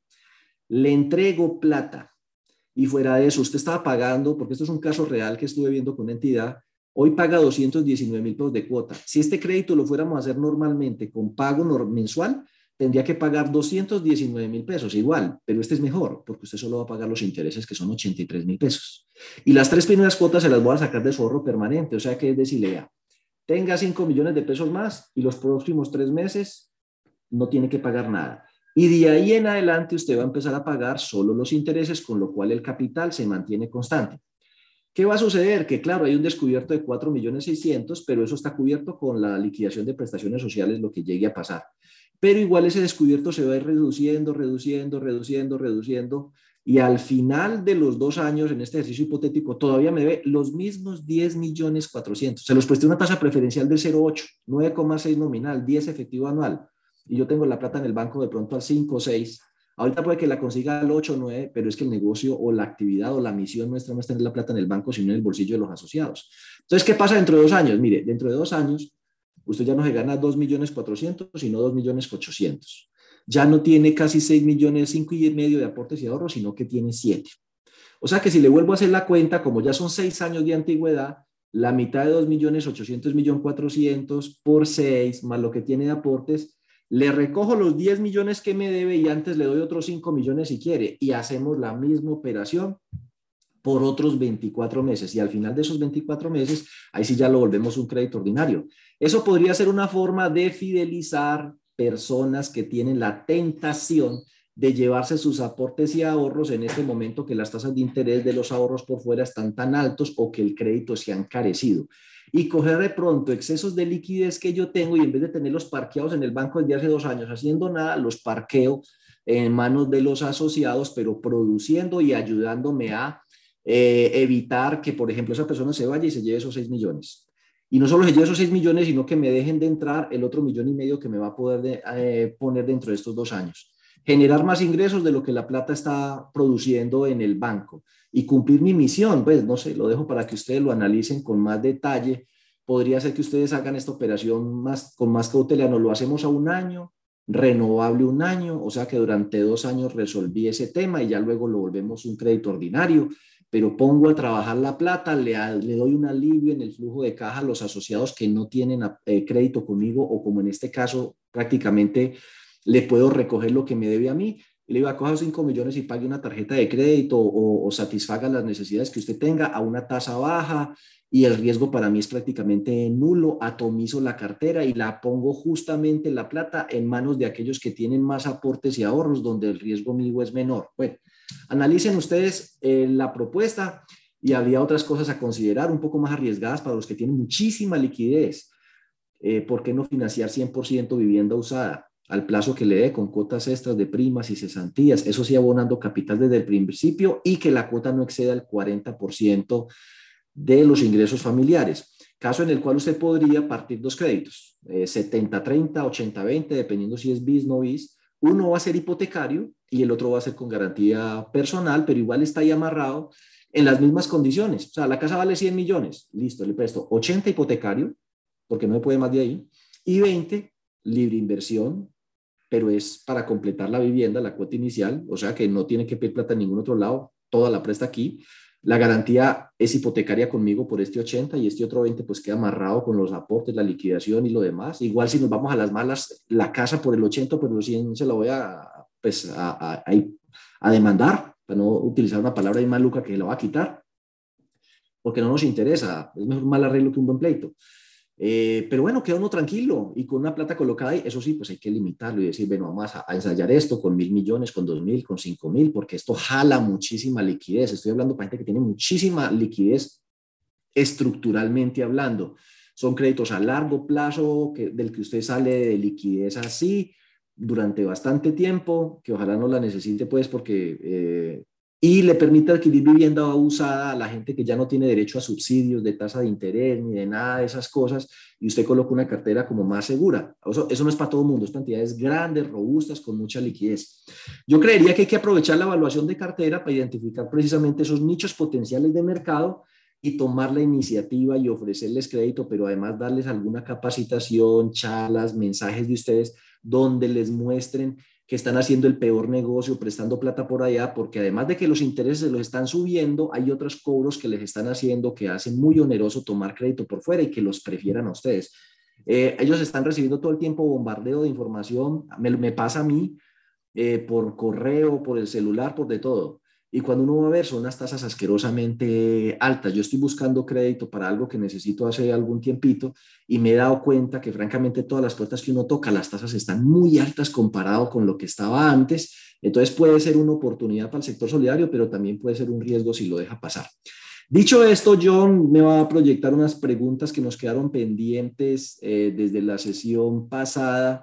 Le entrego plata. Y fuera de eso, usted estaba pagando, porque esto es un caso real que estuve viendo con una entidad, hoy paga doscientos diecinueve mil pesos de cuota. Si este crédito lo fuéramos a hacer normalmente con pago mensual, tendría que pagar doscientos diecinueve mil pesos, igual, pero este es mejor, porque usted solo va a pagar los intereses, que son ochenta y tres mil pesos. Y las tres primeras cuotas se las voy a sacar de su ahorro permanente, o sea que es decirle, ya, tenga cinco millones de pesos más y los próximos tres meses no tiene que pagar nada. Y de ahí en adelante usted va a empezar a pagar solo los intereses, con lo cual el capital se mantiene constante. ¿Qué va a suceder? Que claro, hay un descubierto de cuatro millones seiscientos, pero eso está cubierto con la liquidación de prestaciones sociales, lo que llegue a pasar. Pero igual ese descubierto se va a ir reduciendo, reduciendo, reduciendo, reduciendo, y al final de los dos años, en este ejercicio hipotético, todavía me debe los mismos diez millones cuatrocientos. Se los presté una tasa preferencial del cero coma ocho, nueve coma seis nominal, diez efectivo anual, y yo tengo la plata en el banco de pronto al cinco o seis. Ahorita puede que la consiga al ocho o nueve, pero es que el negocio o la actividad o la misión nuestra no es tener la plata en el banco, sino en el bolsillo de los asociados. Entonces, ¿qué pasa dentro de dos años? Mire, dentro de dos años, usted ya no se gana dos millones cuatrocientos, sino dos millones ochocientos. Ya no tiene casi seis millones, cinco y medio de aportes y ahorros, sino que tiene siete. O sea que si le vuelvo a hacer la cuenta, como ya son seis años de antigüedad, la mitad de dos millones ochocientos, un millón cuatrocientos por seis, más lo que tiene de aportes, le recojo los diez millones que me debe y antes le doy otros cinco millones si quiere, y hacemos la misma operación por otros veinticuatro meses, y al final de esos veinticuatro meses, ahí sí ya lo volvemos un crédito ordinario. Eso podría ser una forma de fidelizar personas que tienen la tentación de llevarse sus aportes y ahorros en este momento que las tasas de interés de los ahorros por fuera están tan altos o que el crédito se ha encarecido. Y coger de pronto excesos de liquidez que yo tengo, y en vez de tenerlos parqueados en el banco desde hace dos años haciendo nada, los parqueo en manos de los asociados, pero produciendo y ayudándome a eh, evitar que, por ejemplo, esa persona se vaya y se lleve esos seis millones. Y no solo se lleve esos seis millones, sino que me dejen de entrar el otro millón y medio que me va a poder de, eh, poner dentro de estos dos años. Generar más ingresos de lo que la plata está produciendo en el banco y cumplir mi misión. Pues no sé, lo dejo para que ustedes lo analicen con más detalle. Podría ser que ustedes hagan esta operación más, con más cautela. Nos lo hacemos a un año, renovable un año, o sea que durante dos años resolví ese tema y ya luego lo volvemos un crédito ordinario, pero pongo a trabajar la plata, le, le doy un alivio en el flujo de caja a los asociados que no tienen eh, crédito conmigo, o como en este caso prácticamente le puedo recoger lo que me debe a mí. Le digo, acoja cinco millones y pague una tarjeta de crédito, o, o satisfaga las necesidades que usted tenga a una tasa baja, y el riesgo para mí es prácticamente nulo. Atomizo la cartera y la pongo justamente la plata en manos de aquellos que tienen más aportes y ahorros, donde el riesgo mío es menor. Bueno, analicen ustedes eh, la propuesta, y habría otras cosas a considerar un poco más arriesgadas para los que tienen muchísima liquidez. Eh, ¿Por qué no financiar cien por ciento vivienda usada al plazo que le dé, con cuotas extras de primas y cesantías? Eso sí, abonando capital desde el principio, y que la cuota no exceda el cuarenta por ciento de los ingresos familiares. Caso en el cual usted podría partir dos créditos, eh, setenta treinta, ochenta veinte, dependiendo si es bis, no bis. Uno va a ser hipotecario y el otro va a ser con garantía personal, pero igual está ahí amarrado en las mismas condiciones. O sea, la casa vale cien millones, listo, le presto ochenta hipotecario, porque no me puede más de ahí, y veinte libre inversión, pero es para completar la vivienda, la cuota inicial, o sea que no tiene que pedir plata en ningún otro lado, toda la presta aquí. La garantía es hipotecaria conmigo por este ochenta, y este otro veinte pues queda amarrado con los aportes, la liquidación y lo demás. Igual si nos vamos a las malas, la casa por el ochenta, pero los cien se la voy a, pues, a, a, a demandar, para no utilizar una palabra ahí maluca que la va a quitar, porque no nos interesa. Es mejor un mal arreglo que un buen pleito. Eh, pero bueno, queda uno tranquilo y con una plata colocada ahí. Eso sí, pues hay que limitarlo y decir, bueno, vamos a, a ensayar esto con mil millones, con dos mil, con cinco mil, porque esto jala muchísima liquidez. Estoy hablando para gente que tiene muchísima liquidez estructuralmente hablando. Son créditos a largo plazo, que, del que usted sale de liquidez así durante bastante tiempo, que ojalá no la necesite, pues, porque eh, y le permite adquirir vivienda usada a la gente que ya no tiene derecho a subsidios de tasa de interés ni de nada de esas cosas, y usted coloca una cartera como más segura. Eso, eso no es para todo el mundo, es para entidades grandes, robustas, con mucha liquidez. Yo creería que hay que aprovechar la evaluación de cartera para identificar precisamente esos nichos potenciales de mercado y tomar la iniciativa y ofrecerles crédito, pero además darles alguna capacitación, charlas, mensajes de ustedes donde les muestren que están haciendo el peor negocio prestando plata por allá, porque además de que los intereses se los están subiendo, hay otros cobros que les están haciendo que hacen muy oneroso tomar crédito por fuera y que los prefieran a ustedes. Eh, ellos están recibiendo todo el tiempo bombardeo de información, me, me pasa a mí, eh, por correo, por el celular, por de todo. Y cuando uno va a ver, son unas tasas asquerosamente altas. Yo estoy buscando crédito para algo que necesito hace algún tiempito, y me he dado cuenta que francamente todas las puertas que uno toca, las tasas están muy altas comparado con lo que estaba antes. Entonces puede ser una oportunidad para el sector solidario, pero también puede ser un riesgo si lo deja pasar. Dicho esto, John me va a proyectar unas preguntas que nos quedaron pendientes eh, desde la sesión pasada.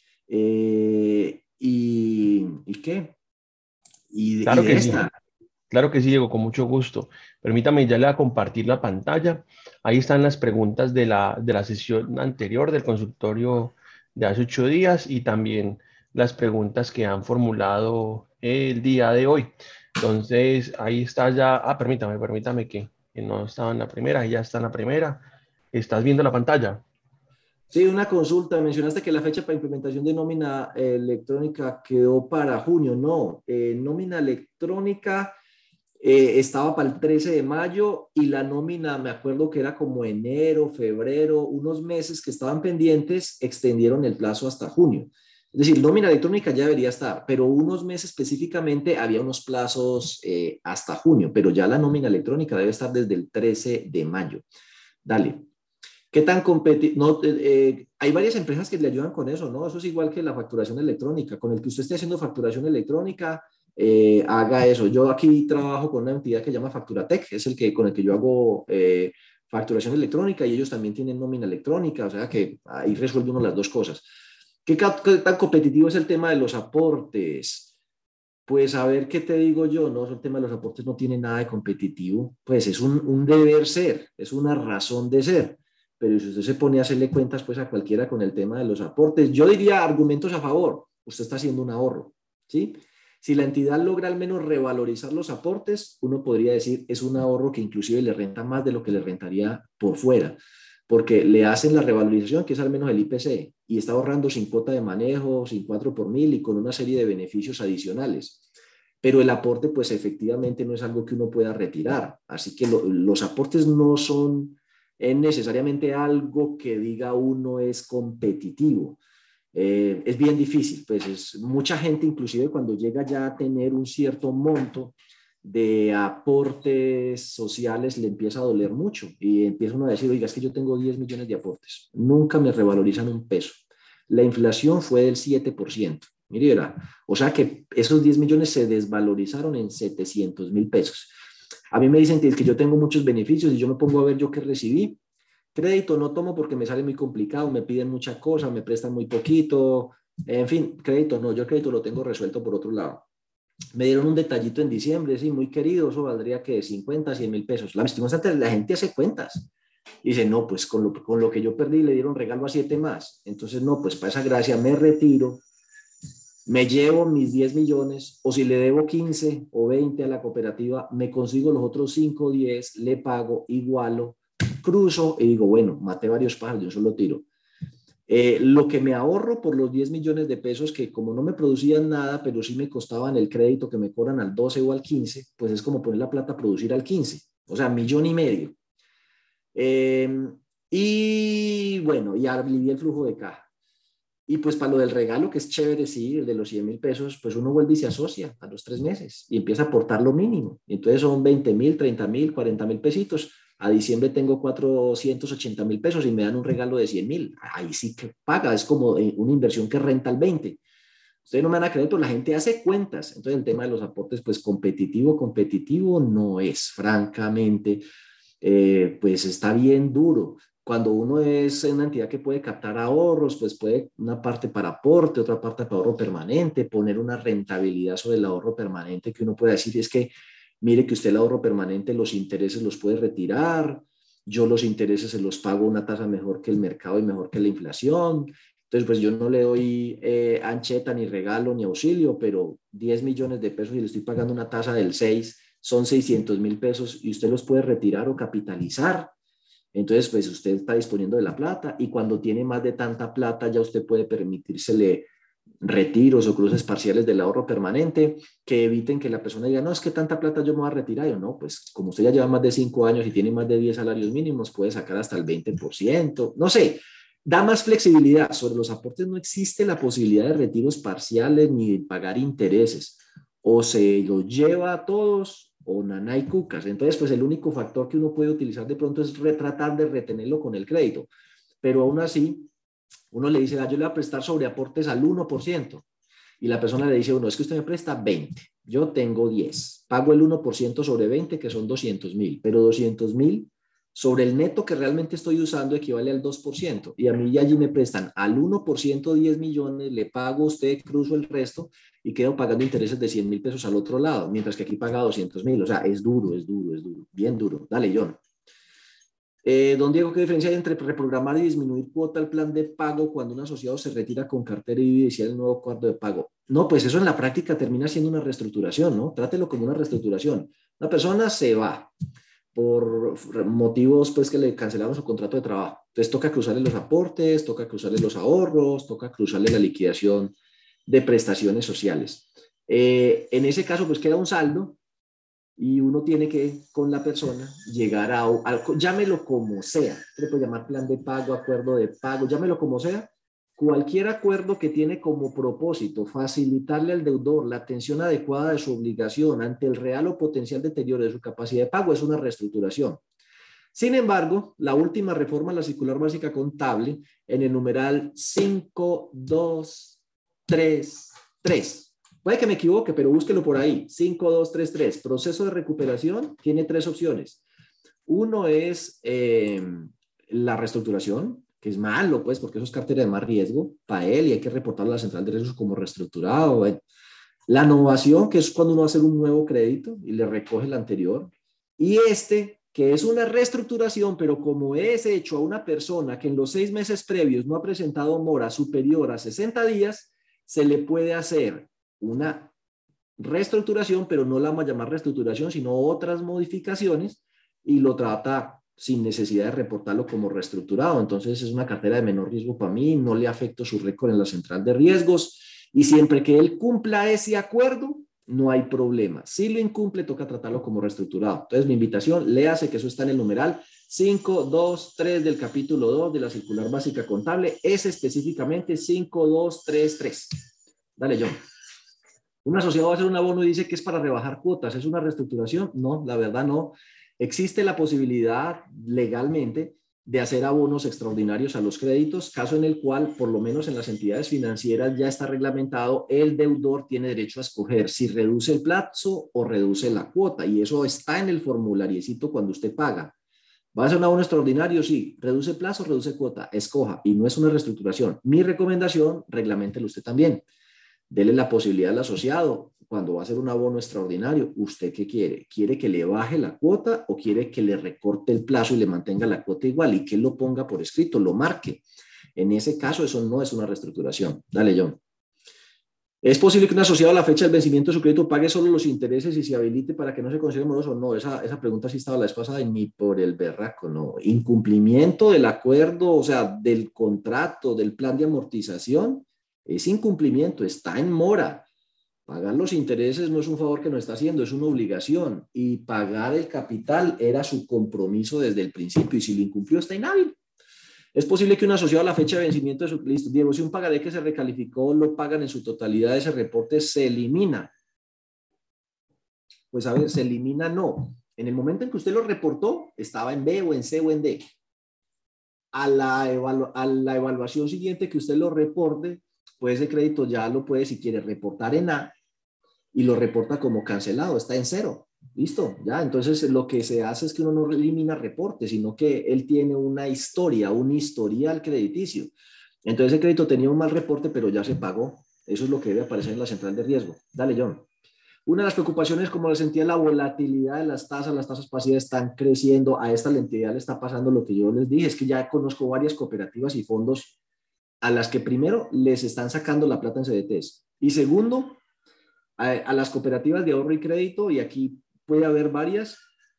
Eh, y, ¿Y qué? Y, y Claro de que sí, esta. claro que sí, Diego, con mucho gusto. Permítame, ya le voy a compartir la pantalla. Ahí están las preguntas de la, de la sesión anterior del consultorio de hace ocho días, y también las preguntas que han formulado el día de hoy. Entonces, ahí está ya. Ah, permítame, permítame que, que no estaba en la primera, ahí ya está en la primera. ¿Estás viendo la pantalla? Sí, una consulta. Mencionaste que la fecha para implementación de nómina eh, electrónica quedó para junio. No, eh, nómina electrónica eh, estaba para el trece de mayo, y la nómina, me acuerdo que era como enero, febrero, unos meses que estaban pendientes, extendieron el plazo hasta junio. Es decir, nómina electrónica ya debería estar, pero unos meses específicamente había unos plazos eh, hasta junio, pero ya la nómina electrónica debe estar desde el trece de mayo. Dale. ¿Qué tan competitivo? No, eh, eh, hay varias empresas que le ayudan con eso, ¿no? Eso es igual que la facturación electrónica. Con el que usted esté haciendo facturación electrónica, eh, haga eso. Yo aquí trabajo con una entidad que se llama Facturatec, es el que, con el que yo hago eh, facturación electrónica, y ellos también tienen nómina electrónica, o sea que ahí resuelve uno las dos cosas. ¿Qué, ¿Qué tan competitivo es el tema de los aportes? Pues a ver qué te digo yo, ¿no? El tema de los aportes no tiene nada de competitivo, pues es un, un deber ser, es una razón de ser. Pero si usted se pone a hacerle cuentas pues a cualquiera con el tema de los aportes, yo diría argumentos a favor, usted está haciendo un ahorro, ¿sí? Si la entidad logra al menos revalorizar los aportes, uno podría decir es un ahorro que inclusive le renta más de lo que le rentaría por fuera, porque le hacen la revalorización, que es al menos el I P C, y está ahorrando sin cuota de manejo, sin cuatro por mil y con una serie de beneficios adicionales. Pero el aporte, pues efectivamente no es algo que uno pueda retirar. Así que lo, los aportes no son eh, necesariamente algo que diga uno es competitivo. Eh, es bien difícil, pues es mucha gente, inclusive cuando llega ya a tener un cierto monto de aportes sociales, le empieza a doler mucho y empieza uno a decir, oiga, es que yo tengo diez millones de aportes, nunca me revalorizan un peso. La inflación fue del siete por ciento. Mire, era, o sea que esos diez millones se desvalorizaron en setecientos mil pesos. A mí me dicen que, que yo tengo muchos beneficios y yo me pongo a ver yo qué recibí. Crédito no tomo porque me sale muy complicado, me piden muchas cosas, me prestan muy poquito, en fin, crédito no, yo el crédito lo tengo resuelto por otro lado. Me dieron un detallito en diciembre, sí, muy querido, eso valdría que cincuenta, cien mil pesos. La, la gente hace cuentas y dice, no, pues con lo, con lo que yo perdí le dieron regalo a siete más. Entonces, no, pues para esa gracia me retiro, me llevo mis diez millones, o si le debo quince o veinte a la cooperativa, me consigo los otros cinco o diez, le pago, igualo, cruzo y digo, bueno, maté varios pájaros de un solo tiro. Eh, lo que me ahorro por los diez millones de pesos, que como no me producían nada, pero sí me costaban el crédito que me cobran al doce o al quince, pues es como poner la plata a producir al quince, o sea, millón y medio. Eh, y bueno, y alivié el flujo de caja. Y pues para lo del regalo, que es chévere, sí, el de los cien mil pesos, pues uno vuelve y se asocia a los tres meses y empieza a aportar lo mínimo. Y entonces son veinte mil, treinta mil, cuarenta mil pesitos. A diciembre tengo cuatrocientos ochenta mil pesos y me dan un regalo de cien mil. Ahí sí que paga, es como una inversión que renta al veinte. Ustedes no me van a creer, pero la gente hace cuentas. Entonces el tema de los aportes, pues competitivo, competitivo no es, francamente, eh, pues está bien duro. Cuando uno es una entidad que puede captar ahorros, pues puede una parte para aporte, otra parte para ahorro permanente, poner una rentabilidad sobre el ahorro permanente que uno puede decir, es que mire que usted el ahorro permanente, los intereses los puede retirar, yo los intereses se los pago una tasa mejor que el mercado y mejor que la inflación. Entonces, pues yo no le doy eh, ancheta, ni regalo, ni auxilio, pero diez millones de pesos y le estoy pagando una tasa del seis, son seiscientos mil pesos y usted los puede retirar o capitalizar. Entonces, pues usted está disponiendo de la plata y cuando tiene más de tanta plata ya usted puede permitírsele retiros o cruces parciales del ahorro permanente que eviten que la persona diga, no, es que tanta plata yo me voy a retirar. Yo, no, pues como usted ya lleva más de cinco años y tiene más de diez salarios mínimos, puede sacar hasta el veinte por ciento. No sé, da más flexibilidad. Sobre los aportes no existe la posibilidad de retiros parciales ni de pagar intereses. O se lo lleva a todos o naná y cucas. Entonces, pues el único factor que uno puede utilizar de pronto es tratar de retenerlo con el crédito. Pero aún así, uno le dice, ah, yo le voy a prestar sobre aportes al uno por ciento. Y la persona le dice, uno, es que usted me presta veinte, yo tengo diez, pago el uno por ciento sobre veinte, que son doscientos mil, pero doscientos mil sobre el neto que realmente estoy usando equivale al dos por ciento. Y a mí ya allí me prestan al uno por ciento diez millones, le pago a usted, cruzo el resto y quedo pagando intereses de cien mil pesos al otro lado, mientras que aquí paga doscientos mil. O sea, es duro, es duro, es duro, bien duro. Dale, John. Eh, don Diego, ¿qué diferencia hay entre reprogramar y disminuir cuota al plan de pago cuando un asociado se retira con cartera y iniciar el nuevo acuerdo de pago? No, pues eso en la práctica termina siendo una reestructuración, ¿no? Trátelo como una reestructuración. Una persona se va por motivos pues que le cancelaron su contrato de trabajo. Entonces toca cruzarle los aportes, toca cruzarle los ahorros, toca cruzarle la liquidación de prestaciones sociales. Eh, en ese caso pues queda un saldo y uno tiene que, con la persona, llegar a, a llámelo como sea, se le puede llamar plan de pago, acuerdo de pago, llámelo como sea, cualquier acuerdo que tiene como propósito facilitarle al deudor la atención adecuada de su obligación ante el real o potencial deterioro de su capacidad de pago es una reestructuración. Sin embargo, la última reforma a la circular básica contable en el numeral cinco dos tres tres, puede que me equivoque, pero búsquelo por ahí, cinco dos tres tres, proceso de recuperación, tiene tres opciones. Uno es eh, la reestructuración, que es malo, pues, porque eso es cartera de más riesgo para él y hay que reportarlo a la central de riesgos como reestructurado. Bueno. La novación, que es cuando uno va a hacer un nuevo crédito y le recoge el anterior. Y este, que es una reestructuración, pero como es hecho a una persona que en los seis meses previos no ha presentado mora superior a sesenta días, se le puede hacer una reestructuración, pero no la vamos a llamar reestructuración, sino otras modificaciones, y lo trata sin necesidad de reportarlo como reestructurado. Entonces es una cartera de menor riesgo para mí, no le afecto su récord en la central de riesgos, y siempre que él cumpla ese acuerdo, no hay problema. Si lo incumple, toca tratarlo como reestructurado. Entonces mi invitación, léase que eso está en el numeral cinco dos tres del capítulo dos de la circular básica contable, es específicamente cinco dos tres tres. Dale, John. Un asociado va a hacer un abono y dice que es para rebajar cuotas. ¿Es una reestructuración? No, la verdad no. Existe la posibilidad legalmente de hacer abonos extraordinarios a los créditos, caso en el cual, por lo menos en las entidades financieras, ya está reglamentado, el deudor tiene derecho a escoger si reduce el plazo o reduce la cuota, y eso está en el formulariecito cuando usted paga. ¿Va a hacer un abono extraordinario? Sí. ¿Reduce plazo? ¿Reduce cuota? Escoja. Y no es una reestructuración. Mi recomendación, reglamentelo usted también. Dele la posibilidad al asociado, cuando va a hacer un abono extraordinario, ¿usted qué quiere? ¿Quiere que le baje la cuota o quiere que le recorte el plazo y le mantenga la cuota igual y que lo ponga por escrito, lo marque? En ese caso, eso no es una reestructuración. Dale, John. ¿Es posible que un asociado a la fecha del vencimiento de su crédito pague solo los intereses y se habilite para que no se considere moroso? No, esa, esa pregunta sí estaba la vez pasada y ni por el berraco, no. Incumplimiento del acuerdo, o sea, del contrato, del plan de amortización, es incumplimiento, está en mora. Pagar los intereses no es un favor que nos está haciendo, es una obligación. Y pagar el capital era su compromiso desde el principio, y si lo incumplió está inhábil. Es posible que un asociado a la fecha de vencimiento de su listo, Diego, si un pagaré que se recalificó lo pagan en su totalidad, ese reporte se elimina. Pues a ver, se elimina no. En el momento en que usted lo reportó, estaba en B o en C o en D. A la, evalu a la evaluación siguiente que usted lo reporte, pues ese crédito ya lo puede, si quiere, reportar en A y lo reporta como cancelado, está en cero. Listo, ya. Entonces lo que se hace es que uno no elimina reporte, sino que él tiene una historia, un historial crediticio. Entonces el crédito tenía un mal reporte, pero ya se pagó. Eso es lo que debe aparecer en la central de riesgo. Dale, John. Una de las preocupaciones, como les sentía, la volatilidad de las tasas, las tasas pasivas están creciendo. A esta entidad le está pasando lo que yo les dije, es que ya conozco varias cooperativas y fondos a las que primero les están sacando la plata en C D Ts. Y segundo, a, a las cooperativas de ahorro y crédito, y aquí puede haber varias,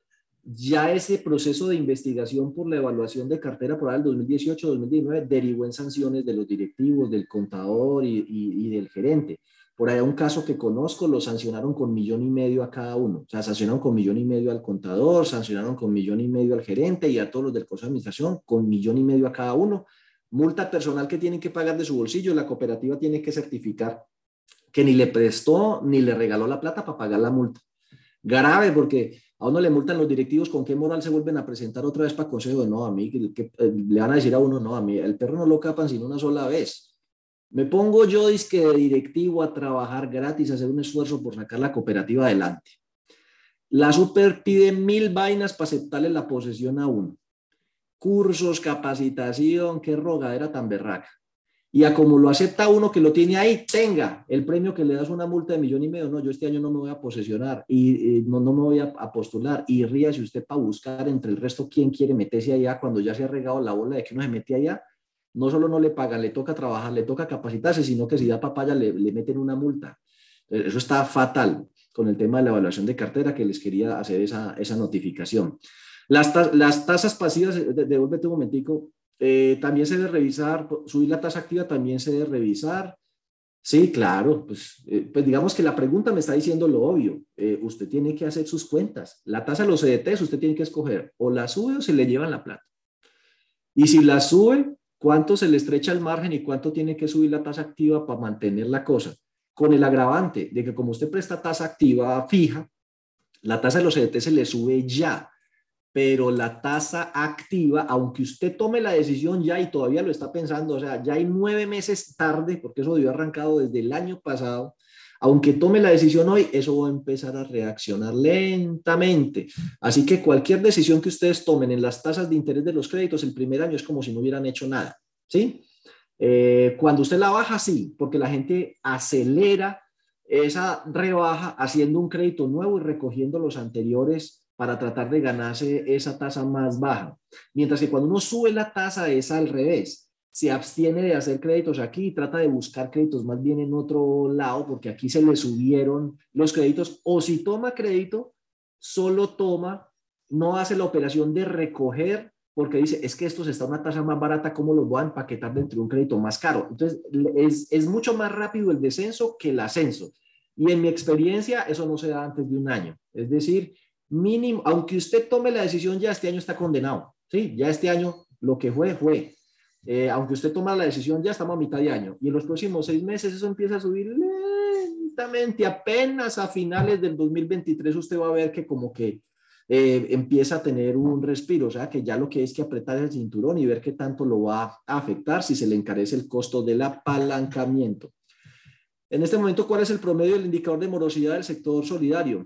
ya ese proceso de investigación por la evaluación de cartera por el dos mil dieciocho dos mil diecinueve derivó en sanciones de los directivos, del contador y, y, y del gerente. Por ahí un caso que conozco, lo sancionaron con millón y medio a cada uno. O sea, sancionaron con millón y medio al contador, sancionaron con millón y medio al gerente y a todos los del consejo de administración con millón y medio a cada uno. Multa personal que tienen que pagar de su bolsillo. La cooperativa tiene que certificar que ni le prestó ni le regaló la plata para pagar la multa. Grave, porque a uno le multan los directivos, ¿con qué moral se vuelven a presentar otra vez para consejo? No, a mí, que, que, eh, le van a decir a uno, no, a mí, el perro no lo capan sino una sola vez. Me pongo yo, disque de directivo, a trabajar gratis, a hacer un esfuerzo por sacar la cooperativa adelante. La super pide mil vainas para aceptarle la posesión a uno. Cursos, capacitación, qué rogadera tan berraca. Y a como lo acepta uno que lo tiene ahí, tenga el premio que le das una multa de millón y medio. No, yo este año no me voy a posesionar y, y no, no me voy a, a postular. Y ríase usted para buscar entre el resto quién quiere meterse allá cuando ya se ha regado la bola de que uno se mete allá. No solo no le pagan, le toca trabajar, le toca capacitarse, sino que si da papaya le, le meten una multa. Eso está fatal con el tema de la evaluación de cartera, que les quería hacer esa, esa notificación. Las, ta las tasas pasivas, devuélvete un momentico, eh, también se debe revisar, subir la tasa activa también se debe revisar. Sí, claro, pues, eh, pues digamos que la pregunta me está diciendo lo obvio. Eh, usted tiene que hacer sus cuentas. La tasa de los C D Ts usted tiene que escoger, o la sube o se le llevan la plata. Y si la sube, ¿cuánto se le estrecha el margen y cuánto tiene que subir la tasa activa para mantener la cosa? Con el agravante de que como usted presta tasa activa fija, la tasa de los C D T se le sube ya, pero la tasa activa, aunque usted tome la decisión ya y todavía lo está pensando, o sea, ya hay nueve meses tarde, porque eso debió haber arrancado desde el año pasado, aunque tome la decisión hoy, eso va a empezar a reaccionar lentamente. Así que cualquier decisión que ustedes tomen en las tasas de interés de los créditos, el primer año es como si no hubieran hecho nada, ¿sí? Eh, cuando usted la baja, sí, porque la gente acelera esa rebaja haciendo un crédito nuevo y recogiendo los anteriores para tratar de ganarse esa tasa más baja. Mientras que cuando uno sube la tasa es al revés. Se abstiene de hacer créditos aquí y trata de buscar créditos más bien en otro lado, porque aquí se le subieron los créditos, o si toma crédito, solo toma, no hace la operación de recoger, porque dice, es que estos está a una tasa más barata, ¿cómo los voy a empaquetar dentro de un crédito más caro? Entonces, es, es mucho más rápido el descenso que el ascenso. Y en mi experiencia, eso no se da antes de un año. Es decir, mínimo, aunque usted tome la decisión, ya este año está condenado. Sí, ya este año lo que fue, fue. Eh, aunque usted toma la decisión, ya estamos a mitad de año. Y en los próximos seis meses eso empieza a subir lentamente. Apenas a finales del dos mil veintitrés usted va a ver que como que eh, empieza a tener un respiro. O sea, que ya lo que es que apretar el cinturón y ver qué tanto lo va a afectar si se le encarece el costo del apalancamiento. En este momento, ¿cuál es el promedio del indicador de morosidad del sector solidario?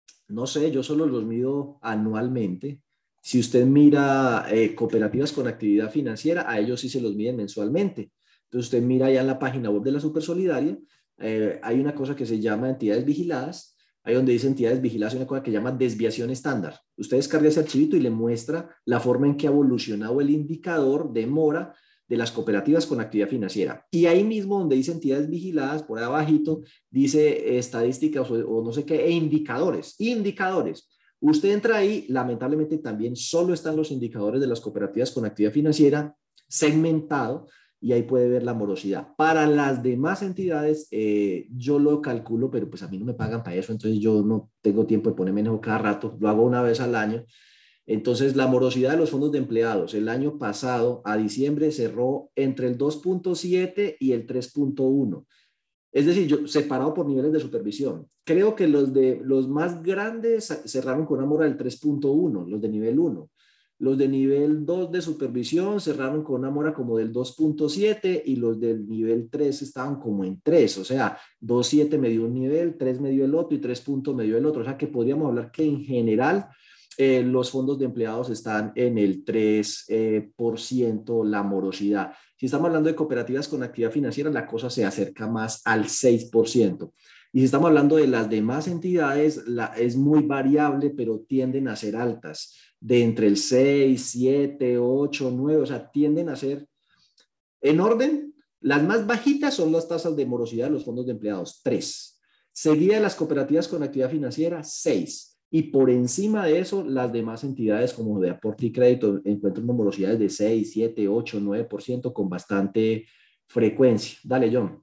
No sé, yo solo los mido anualmente. Si usted mira eh, cooperativas con actividad financiera, a ellos sí se los miden mensualmente. Entonces usted mira allá en la página web de la Supersolidaria, eh, hay una cosa que se llama entidades vigiladas, ahí donde dice entidades vigiladas, hay una cosa que se llama desviación estándar. Usted descarga ese archivito y le muestra la forma en que ha evolucionado el indicador de mora de las cooperativas con actividad financiera. Y ahí mismo donde dice entidades vigiladas, por ahí abajito, dice eh, estadísticas o, o no sé qué, e indicadores, indicadores. Usted entra ahí, lamentablemente también solo están los indicadores de las cooperativas con actividad financiera segmentado y ahí puede ver la morosidad. Para las demás entidades, eh, yo lo calculo, pero pues a mí no me pagan para eso, entonces yo no tengo tiempo de ponerme en eso cada rato, lo hago una vez al año. Entonces, la morosidad de los fondos de empleados el año pasado, a diciembre, cerró entre el dos punto siete y el tres punto uno. Es decir, yo, separado por niveles de supervisión. Creo que los, de, los más grandes cerraron con una mora del tres punto uno, los de nivel uno. Los de nivel dos de supervisión cerraron con una mora como del dos punto siete y los del nivel tres estaban como en tres. O sea, dos punto siete me dio un nivel, tres me dio el otro y tres punto me dio el otro. O sea, que podríamos hablar que en general eh, los fondos de empleados están en el tres por ciento la morosidad. Si estamos hablando de cooperativas con actividad financiera, la cosa se acerca más al seis por ciento. Y si estamos hablando de las demás entidades, la, es muy variable, pero tienden a ser altas, de entre el seis, siete, ocho, nueve, o sea, tienden a ser en orden. Las más bajitas son las tasas de morosidad de los fondos de empleados, tres. Seguida de las cooperativas con actividad financiera, seis. Y por encima de eso, las demás entidades como de aporte y crédito encuentran morosidades de seis, siete, ocho, nueve por ciento con bastante frecuencia. Dale, John.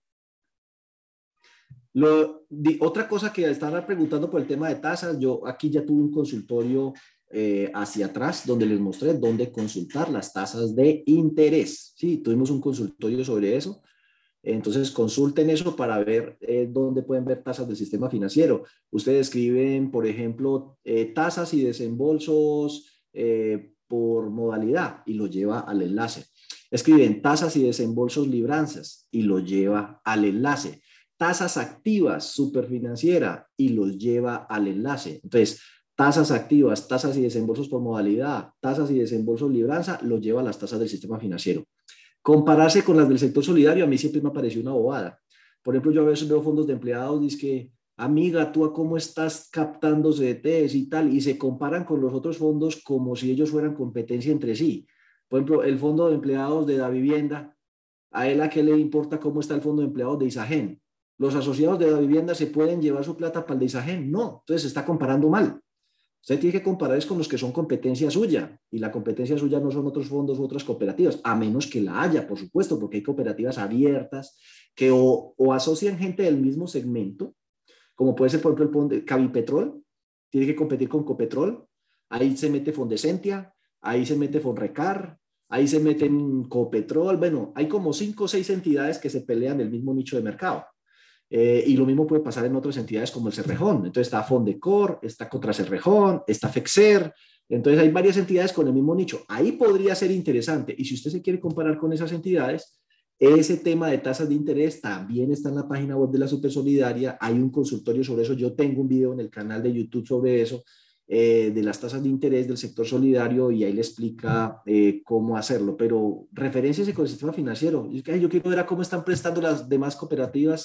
Lo, di, otra cosa que estaban preguntando por el tema de tasas, yo aquí ya tuve un consultorio eh, hacia atrás donde les mostré dónde consultar las tasas de interés. Sí, tuvimos un consultorio sobre eso. Entonces consulten eso para ver eh, dónde pueden ver tasas del sistema financiero. Ustedes escriben, por ejemplo, eh, tasas y desembolsos eh, por modalidad y lo lleva al enlace. Escriben tasas y desembolsos libranzas y lo lleva al enlace. Tasas activas superfinanciera y los lleva al enlace. Entonces, tasas activas, tasas y desembolsos por modalidad, tasas y desembolsos libranza, los lleva a las tasas del sistema financiero. Compararse con las del sector solidario a mí siempre me pareció una bobada. Por ejemplo, yo a veces veo fondos de empleados, dice que, amiga, ¿tú a cómo estás captando C D Ts y tal? Y se comparan con los otros fondos como si ellos fueran competencia entre sí. Por ejemplo, el fondo de empleados de la vivienda, ¿a él a qué le importa cómo está el fondo de empleados de ISAGEN? ¿Los asociados de la vivienda se pueden llevar su plata para el de ISAGEN? No, entonces se está comparando mal. Usted tiene que comparar es con los que son competencia suya, y la competencia suya no son otros fondos u otras cooperativas, a menos que la haya, por supuesto, porque hay cooperativas abiertas que o, o asocian gente del mismo segmento, como puede ser, por ejemplo, el fondo de Cavipetrol, tiene que competir con Copetrol, ahí se mete Fondecentia, ahí se mete Fonrecar, ahí se meten Copetrol, bueno, hay como cinco o seis entidades que se pelean del mismo nicho de mercado. Eh, y lo mismo puede pasar en otras entidades como el Cerrejón. Entonces está Fondecor, está Contra Cerrejón, está FEXER. Entonces hay varias entidades con el mismo nicho. Ahí podría ser interesante. Y si usted se quiere comparar con esas entidades, ese tema de tasas de interés también está en la página web de la Supersolidaria. Hay un consultorio sobre eso. Yo tengo un video en el canal de YouTube sobre eso, eh, de las tasas de interés del sector solidario, y ahí le explica eh, cómo hacerlo. Pero referencias con el sistema financiero. Yo, yo quiero ver a cómo están prestando las demás cooperativas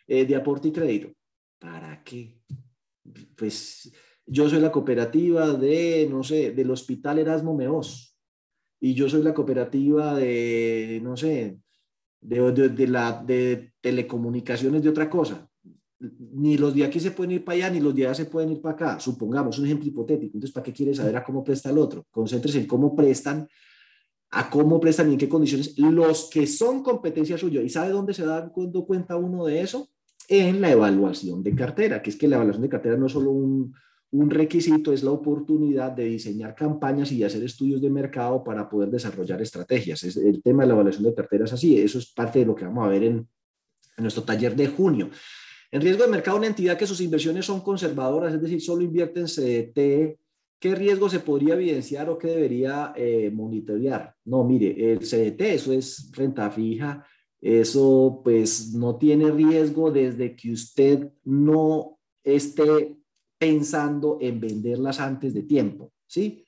eh, de aporte y crédito. ¿Para qué? Pues yo soy la cooperativa de, no sé, del Hospital Erasmo Meós, y yo soy la cooperativa de, no sé, de, de, de, la, de telecomunicaciones de otra cosa. Ni los de aquí se pueden ir para allá, ni los de allá se pueden ir para acá. Supongamos un ejemplo hipotético. Entonces, ¿para qué quiere saber a cómo presta el otro? Concéntrese en cómo prestan, a cómo prestan y en qué condiciones los que son competencia suya. ¿Y sabe dónde se da cuenta uno de eso? En la evaluación de cartera, que es que la evaluación de cartera no es solo un, un requisito, es la oportunidad de diseñar campañas y de hacer estudios de mercado para poder desarrollar estrategias. Es, el tema de la evaluación de cartera es así. Eso es parte de lo que vamos a ver en, en nuestro taller de junio. En riesgo de mercado, una entidad que sus inversiones son conservadoras, es decir, solo invierte en C D T, ¿qué riesgo se podría evidenciar o qué debería eh, monitorear? No, mire, el C D T, eso es renta fija, eso pues no tiene riesgo desde que usted no esté pensando en venderlas antes de tiempo, ¿sí?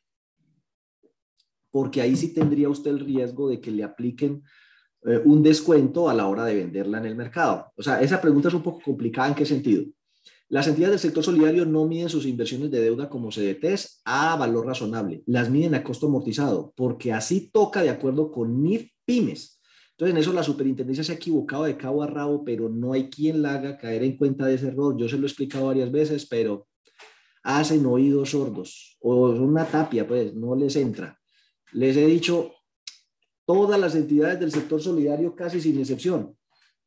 Porque ahí sí tendría usted el riesgo de que le apliquen eh, un descuento a la hora de venderla en el mercado. O sea, esa pregunta es un poco complicada. ¿En qué sentido? Las entidades del sector solidario no miden sus inversiones de deuda como C D Ts a valor razonable, las miden a costo amortizado, porque así toca de acuerdo con N I F Pymes. Entonces, en eso la superintendencia se ha equivocado de cabo a rabo, pero no hay quien la haga caer en cuenta de ese error. Yo se lo he explicado varias veces, pero hacen oídos sordos, o una tapia, pues, no les entra. Les he dicho, todas las entidades del sector solidario, casi sin excepción,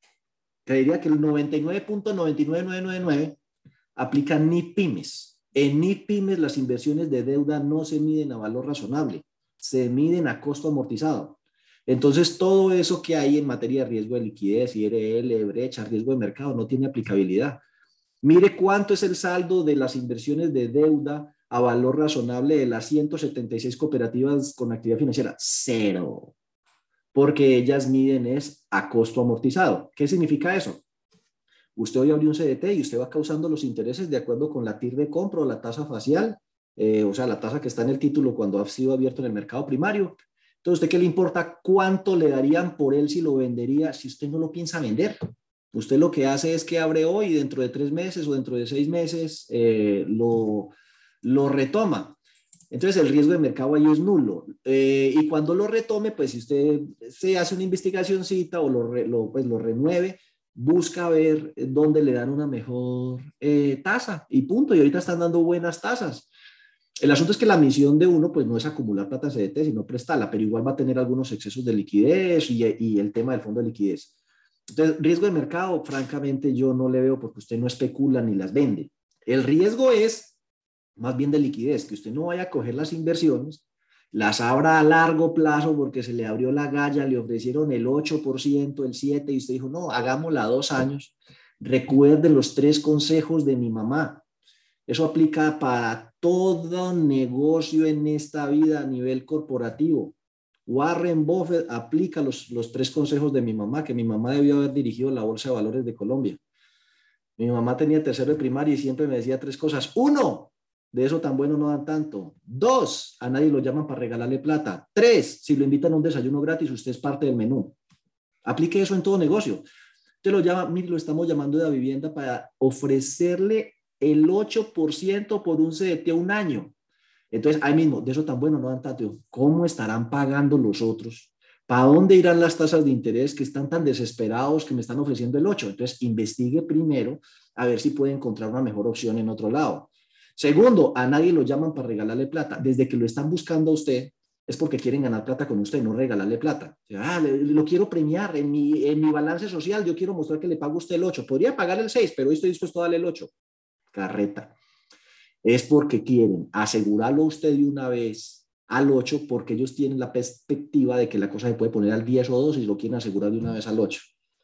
te diría que el noventa y nueve punto nueve nueve nueve nueve nueve aplican N I F Pymes. En N I F Pymes las inversiones de deuda no se miden a valor razonable, se miden a costo amortizado. Entonces, todo eso que hay en materia de riesgo de liquidez, I R L, brecha, riesgo de mercado, no tiene aplicabilidad. Mire cuánto es el saldo de las inversiones de deuda a valor razonable de las ciento setenta y seis cooperativas con actividad financiera. Cero. Porque ellas miden es a costo amortizado. ¿Qué significa eso? Usted hoy abrió un C D T y usted va causando los intereses de acuerdo con la T I R de compra o la tasa facial, eh, o sea, la tasa que está en el título cuando ha sido abierto en el mercado primario. Entonces, ¿usted qué le importa cuánto le darían por él si lo vendería si usted no lo piensa vender? Usted lo que hace es que abre hoy y dentro de tres meses o dentro de seis meses eh, lo, lo retoma. Entonces, el riesgo de mercado ahí es nulo. Eh, y cuando lo retome, pues si usted se hace una investigacióncita o lo, re, lo, pues, lo renueve, busca ver dónde le dan una mejor eh, tasa y punto. Y ahorita están dando buenas tasas. El asunto es que la misión de uno pues no es acumular plata en C D T, sino prestarla, pero igual va a tener algunos excesos de liquidez y, y el tema del fondo de liquidez. Entonces, riesgo de mercado, francamente, yo no le veo porque usted no especula ni las vende. El riesgo es más bien de liquidez, que usted no vaya a coger las inversiones, las abra a largo plazo porque se le abrió la galla, le ofrecieron el ocho por ciento, el siete por ciento y usted dijo, no, hagámosla a dos años. Recuerden los tres consejos de mi mamá. Eso aplica para todo negocio en esta vida a nivel corporativo. Warren Buffett aplica los, los tres consejos de mi mamá, que mi mamá debió haber dirigido la Bolsa de Valores de Colombia. Mi mamá tenía tercero de primaria y siempre me decía tres cosas. Uno, de eso tan bueno no dan tanto. Dos, a nadie lo llaman para regalarle plata. Tres, si lo invitan a un desayuno gratis, usted es parte del menú. Aplique eso en todo negocio. Usted lo llama, mire, lo estamos llamando de la vivienda para ofrecerle el ocho por ciento por un C D T a un año. Entonces, ahí mismo, de eso tan bueno no dan tanto. ¿Cómo estarán pagando los otros? ¿Para dónde irán las tasas de interés que están tan desesperados que me están ofreciendo el ocho? Entonces, investigue primero a ver si puede encontrar una mejor opción en otro lado. Segundo, a nadie lo llaman para regalarle plata. Desde que lo están buscando a usted, es porque quieren ganar plata con usted, no regalarle plata. Ah, le, lo quiero premiar en mi, en mi balance social, yo quiero mostrar que le pago a usted el ocho. Podría pagar el seis, pero hoy estoy dispuesto a darle el ocho. Carreta. Es porque quieren asegurarlo a usted de una vez al ocho, porque ellos tienen la perspectiva de que la cosa se puede poner al diez o doce y lo quieren asegurar de una vez al ocho.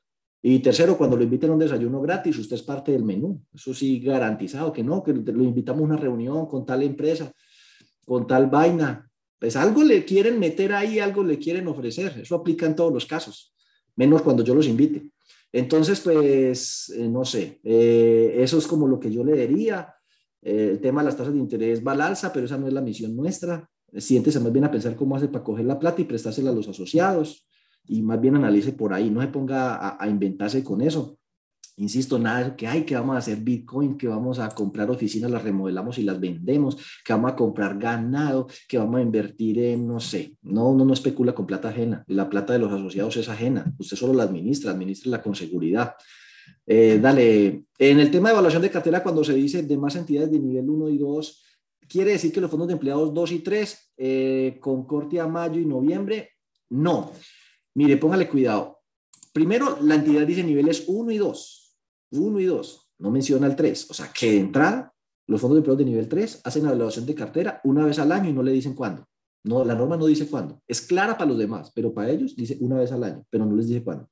Y tercero, cuando lo inviten a un desayuno gratis, usted es parte del menú. Eso sí, garantizado que no, que lo invitamos a una reunión con tal empresa, con tal vaina. Pues algo le quieren meter ahí, algo le quieren ofrecer. Eso aplica en todos los casos, menos cuando yo los invite. Entonces, pues, eh, no sé, eh, eso es como lo que yo le diría. Eh, el tema de las tasas de interés va al alza, pero esa no es la misión nuestra. Siéntese más bien a pensar cómo hace para coger la plata y prestársela a los asociados y más bien analice por ahí, no se ponga a, a inventarse con eso. Insisto, nada que hay, que vamos a hacer Bitcoin, que vamos a comprar oficinas, las remodelamos y las vendemos, que vamos a comprar ganado, que vamos a invertir en, no sé, no, uno no especula con plata ajena, la plata de los asociados es ajena, usted solo la administra, administra con seguridad. Eh, dale, en el tema de evaluación de cartera, cuando se dice de más entidades de nivel uno y dos, ¿quiere decir que los fondos de empleados dos y tres, eh, con corte a mayo y noviembre? No. Mire, póngale cuidado. Primero, la entidad dice niveles uno y dos. uno y dos. No menciona el tres. O sea, que de entrada, los fondos de empleados de nivel tres hacen la evaluación de cartera una vez al año y no le dicen cuándo. No, la norma no dice cuándo. Es clara para los demás, pero para ellos dice una vez al año, pero no les dice cuándo.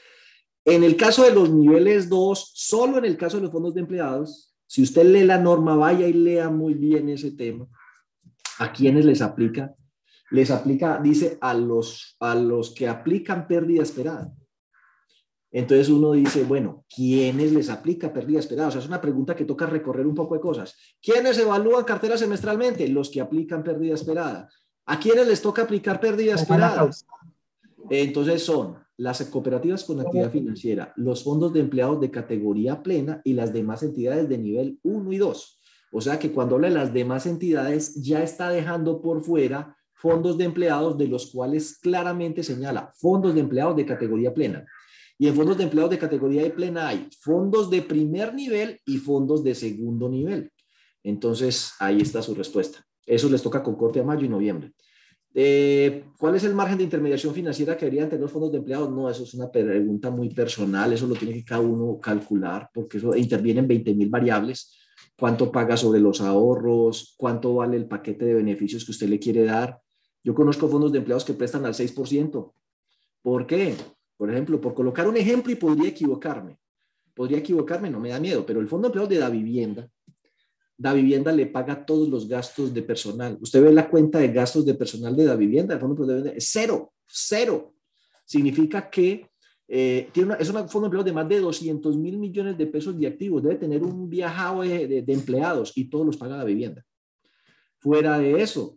En el caso de los niveles dos, solo en el caso de los fondos de empleados, si usted lee la norma, vaya y lea muy bien ese tema. ¿A quiénes les aplica? Les aplica, dice, a los, a los que aplican pérdida esperada. Entonces uno dice, bueno, ¿quiénes les aplica pérdida esperada? O sea, es una pregunta que toca recorrer un poco de cosas. ¿Quiénes evalúan cartera semestralmente? Los que aplican pérdida esperada. ¿A quiénes les toca aplicar pérdida esperada? Entonces son las cooperativas con actividad financiera, los fondos de empleados de categoría plena y las demás entidades de nivel uno y dos. O sea que cuando habla de las demás entidades ya está dejando por fuera fondos de empleados de los cuales claramente señala fondos de empleados de categoría plena. Y en fondos de empleados de categoría de plena hay fondos de primer nivel y fondos de segundo nivel. Entonces ahí está su respuesta. Eso les toca con corte a mayo y noviembre. Eh, ¿Cuál es el margen de intermediación financiera que deberían tener los fondos de empleados? No, eso es una pregunta muy personal, eso lo tiene que cada uno calcular, porque eso intervienen veinte mil variables. ¿Cuánto paga sobre los ahorros? ¿Cuánto vale el paquete de beneficios que usted le quiere dar? Yo conozco fondos de empleados que prestan al seis por ciento. ¿Por qué? Por ejemplo, por colocar un ejemplo y podría equivocarme. Podría equivocarme, no me da miedo, pero el fondo de empleados de Davivienda, Davivienda le paga todos los gastos de personal. Usted ve la cuenta de gastos de personal de Davivienda, el fondo de empleados es cero, cero. Significa que eh, tiene una, es un fondo de empleados de más de doscientos mil millones de pesos de activos. Debe tener un viajado de, de, de empleados y todos los paga Davivienda. Fuera de eso,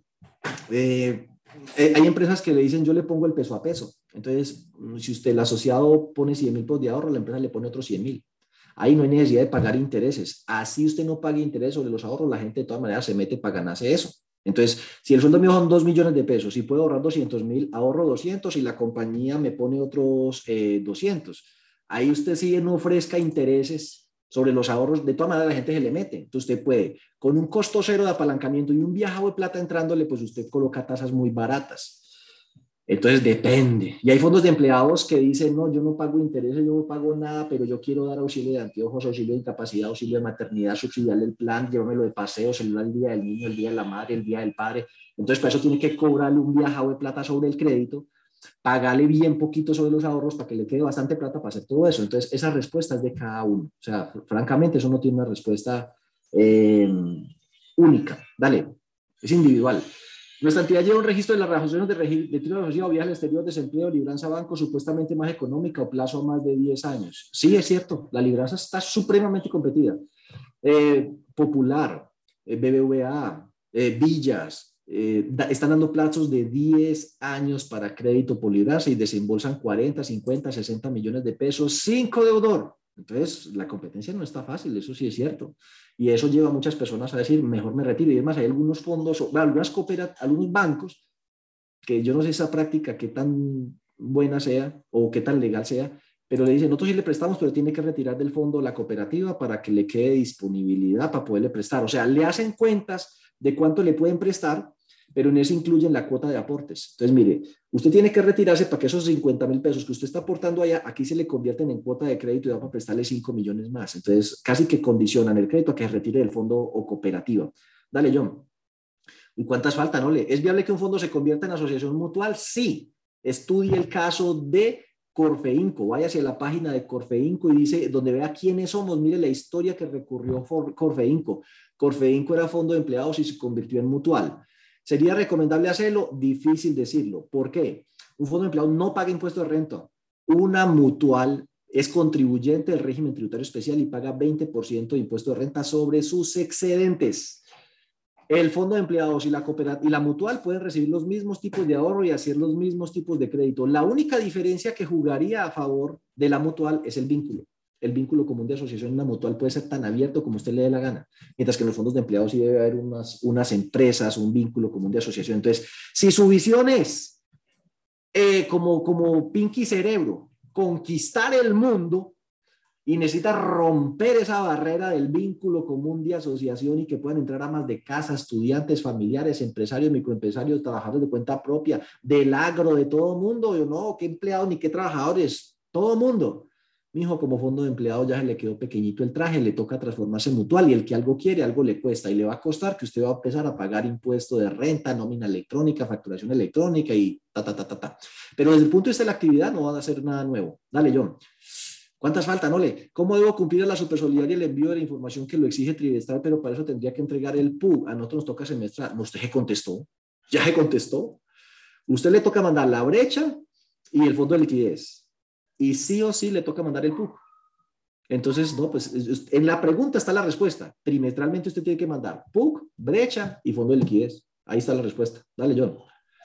eh, eh, hay empresas que le dicen yo le pongo el peso a peso. Entonces, si usted, el asociado, pone cien mil pesos de ahorro, la empresa le pone otros cien mil. Ahí no hay necesidad de pagar intereses. Así usted no pague interés sobre los ahorros, la gente de todas maneras se mete para ganarse eso. Entonces, si el sueldo mío son dos millones de pesos y puedo ahorrar doscientos mil, ahorro doscientos y la compañía me pone otros eh, doscientos. Ahí usted sí no ofrezca intereses sobre los ahorros, de todas maneras la gente se le mete. Entonces usted puede, con un costo cero de apalancamiento y un viajado de plata entrándole, pues usted coloca tasas muy baratas. Entonces depende. Y hay fondos de empleados que dicen, no, yo no pago intereses, yo no pago nada, pero yo quiero dar auxilio de anteojos, auxilio de incapacidad, auxilio de maternidad, subsidiarle el plan, llevármelo de paseo, celular el día del niño, el día de la madre, el día del padre. Entonces para eso tiene que cobrarle un viajado de plata sobre el crédito, pagarle bien poquito sobre los ahorros para que le quede bastante plata para hacer todo eso. Entonces esa respuesta es de cada uno. O sea, francamente eso no tiene una respuesta eh, única. Dale, es individual. Nuestra entidad lleva un registro de las razones de retiro de asociado, viaje al exterior, desempleo, libranza banco, supuestamente más económica o plazo a más de diez años. Sí, es cierto, la libranza está supremamente competida. Eh, Popular, eh, B B V A, eh, Villas, eh, da, están dando plazos de diez años para crédito por libranza y desembolsan cuarenta, cincuenta, sesenta millones de pesos sin codeudor. Entonces, la competencia no está fácil, eso sí es cierto. Y eso lleva a muchas personas a decir, mejor me retiro. Y además hay algunos fondos, o algunas cooperativas, algunos bancos, que yo no sé esa práctica qué tan buena sea o qué tan legal sea, pero le dicen, nosotros sí le prestamos, pero tiene que retirar del fondo la cooperativa para que le quede disponibilidad para poderle prestar. O sea, le hacen cuentas de cuánto le pueden prestar, pero en eso incluyen la cuota de aportes. Entonces, mire, usted tiene que retirarse para que esos cincuenta mil pesos que usted está aportando allá, aquí se le convierten en cuota de crédito y va para prestarle cinco millones más. Entonces, casi que condicionan el crédito a que retire del fondo o cooperativa. Dale, John. ¿Y cuántas faltan? ¿No? ¿Es viable que un fondo se convierta en asociación mutual? Sí. Estudie el caso de Corfeinco. Vaya hacia la página de Corfeinco y dice, donde vea quiénes somos, mire la historia que recurrió Corfeinco. Corfeinco era fondo de empleados y se convirtió en mutual. ¿Sería recomendable hacerlo? Difícil decirlo. ¿Por qué? Un fondo de empleados no paga impuesto de renta. Una mutual es contribuyente del régimen tributario especial y paga veinte por ciento de impuesto de renta sobre sus excedentes. El fondo de empleados y la cooperativa y la mutual pueden recibir los mismos tipos de ahorro y hacer los mismos tipos de crédito. La única diferencia que jugaría a favor de la mutual es el vínculo. el vínculo común de asociación en una mutual puede ser tan abierto como usted le dé la gana, mientras que en los fondos de empleados sí debe haber unas, unas empresas, un vínculo común de asociación. Entonces, si su visión es eh, como, como Pinky Cerebro, conquistar el mundo, y necesita romper esa barrera del vínculo común de asociación y que puedan entrar amas de casa, estudiantes, familiares, empresarios, microempresarios, trabajadores de cuenta propia, del agro, de todo mundo. Yo no, qué empleados ni qué trabajadores, todo mundo. Mijo, como fondo de empleados ya se le quedó pequeñito el traje, le toca transformarse en mutual y el que algo quiere, algo le cuesta y le va a costar que usted va a empezar a pagar impuesto de renta, nómina electrónica, facturación electrónica y ta, ta, ta, ta, ta. Pero desde el punto de vista de la actividad no van a hacer nada nuevo. Dale, John. ¿Cuántas faltan, Ole? ¿Cómo debo cumplir a la supersolidaria el envío de la información que lo exige trimestral, pero para eso tendría que entregar el P U? A nosotros nos toca semestral. ¿Usted se contestó? ¿Ya se contestó? Usted le toca mandar la brecha y el fondo de liquidez. Y sí o sí le toca mandar el P U. Entonces, no, pues en la pregunta está la respuesta. Trimestralmente usted tiene que mandar P U, brecha y fondo de liquidez. Ahí está la respuesta. Dale, John.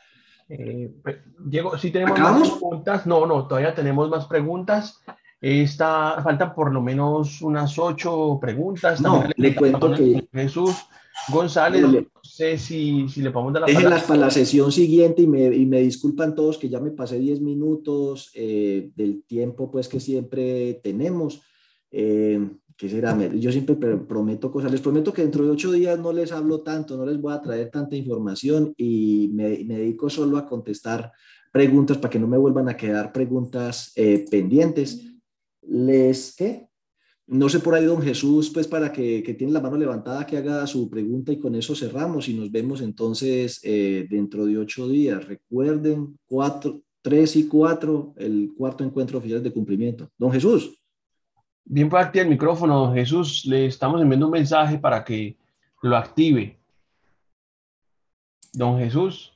Eh, Diego, ¿sí tenemos ¿Acabamos? más preguntas? No, no, todavía tenemos más preguntas. Esta, faltan por lo menos unas ocho preguntas. También No, le cuento que... Jesús González, No, no le, sé si, si le podemos dar la palabra. déjenlas para la sesión siguiente y me, y me disculpan todos que ya me pasé diez minutos eh, del tiempo pues que siempre tenemos. Eh, ¿Qué será? Yo siempre prometo cosas. Les prometo que dentro de ocho días no les hablo tanto, no les voy a traer tanta información y me, me dedico solo a contestar preguntas para que no me vuelvan a quedar preguntas eh, pendientes. ¿Les qué? No sé por ahí, don Jesús, pues para que, que tiene la mano levantada, que haga su pregunta y con eso cerramos y nos vemos entonces eh, dentro de ocho días. Recuerden, cuatro, tres y cuatro, el cuarto encuentro oficial de cumplimiento. Don Jesús. Bien, puede activar el micrófono, don Jesús. Le estamos enviando un mensaje para que lo active. Don Jesús,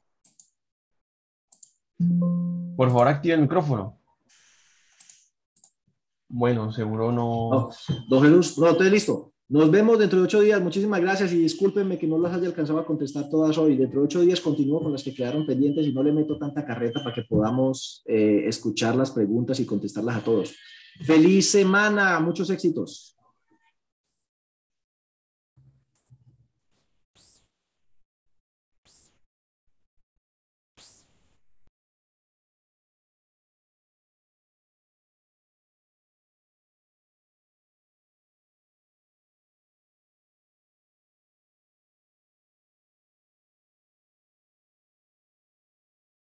por favor, active el micrófono. Bueno, seguro no. No, don Jesús, no, estoy listo. Nos vemos dentro de ocho días. Muchísimas gracias y discúlpenme que no las haya alcanzado a contestar todas hoy. Dentro de ocho días continúo con las que quedaron pendientes y no le meto tanta carreta para que podamos eh, escuchar las preguntas y contestarlas a todos. Feliz semana, muchos éxitos.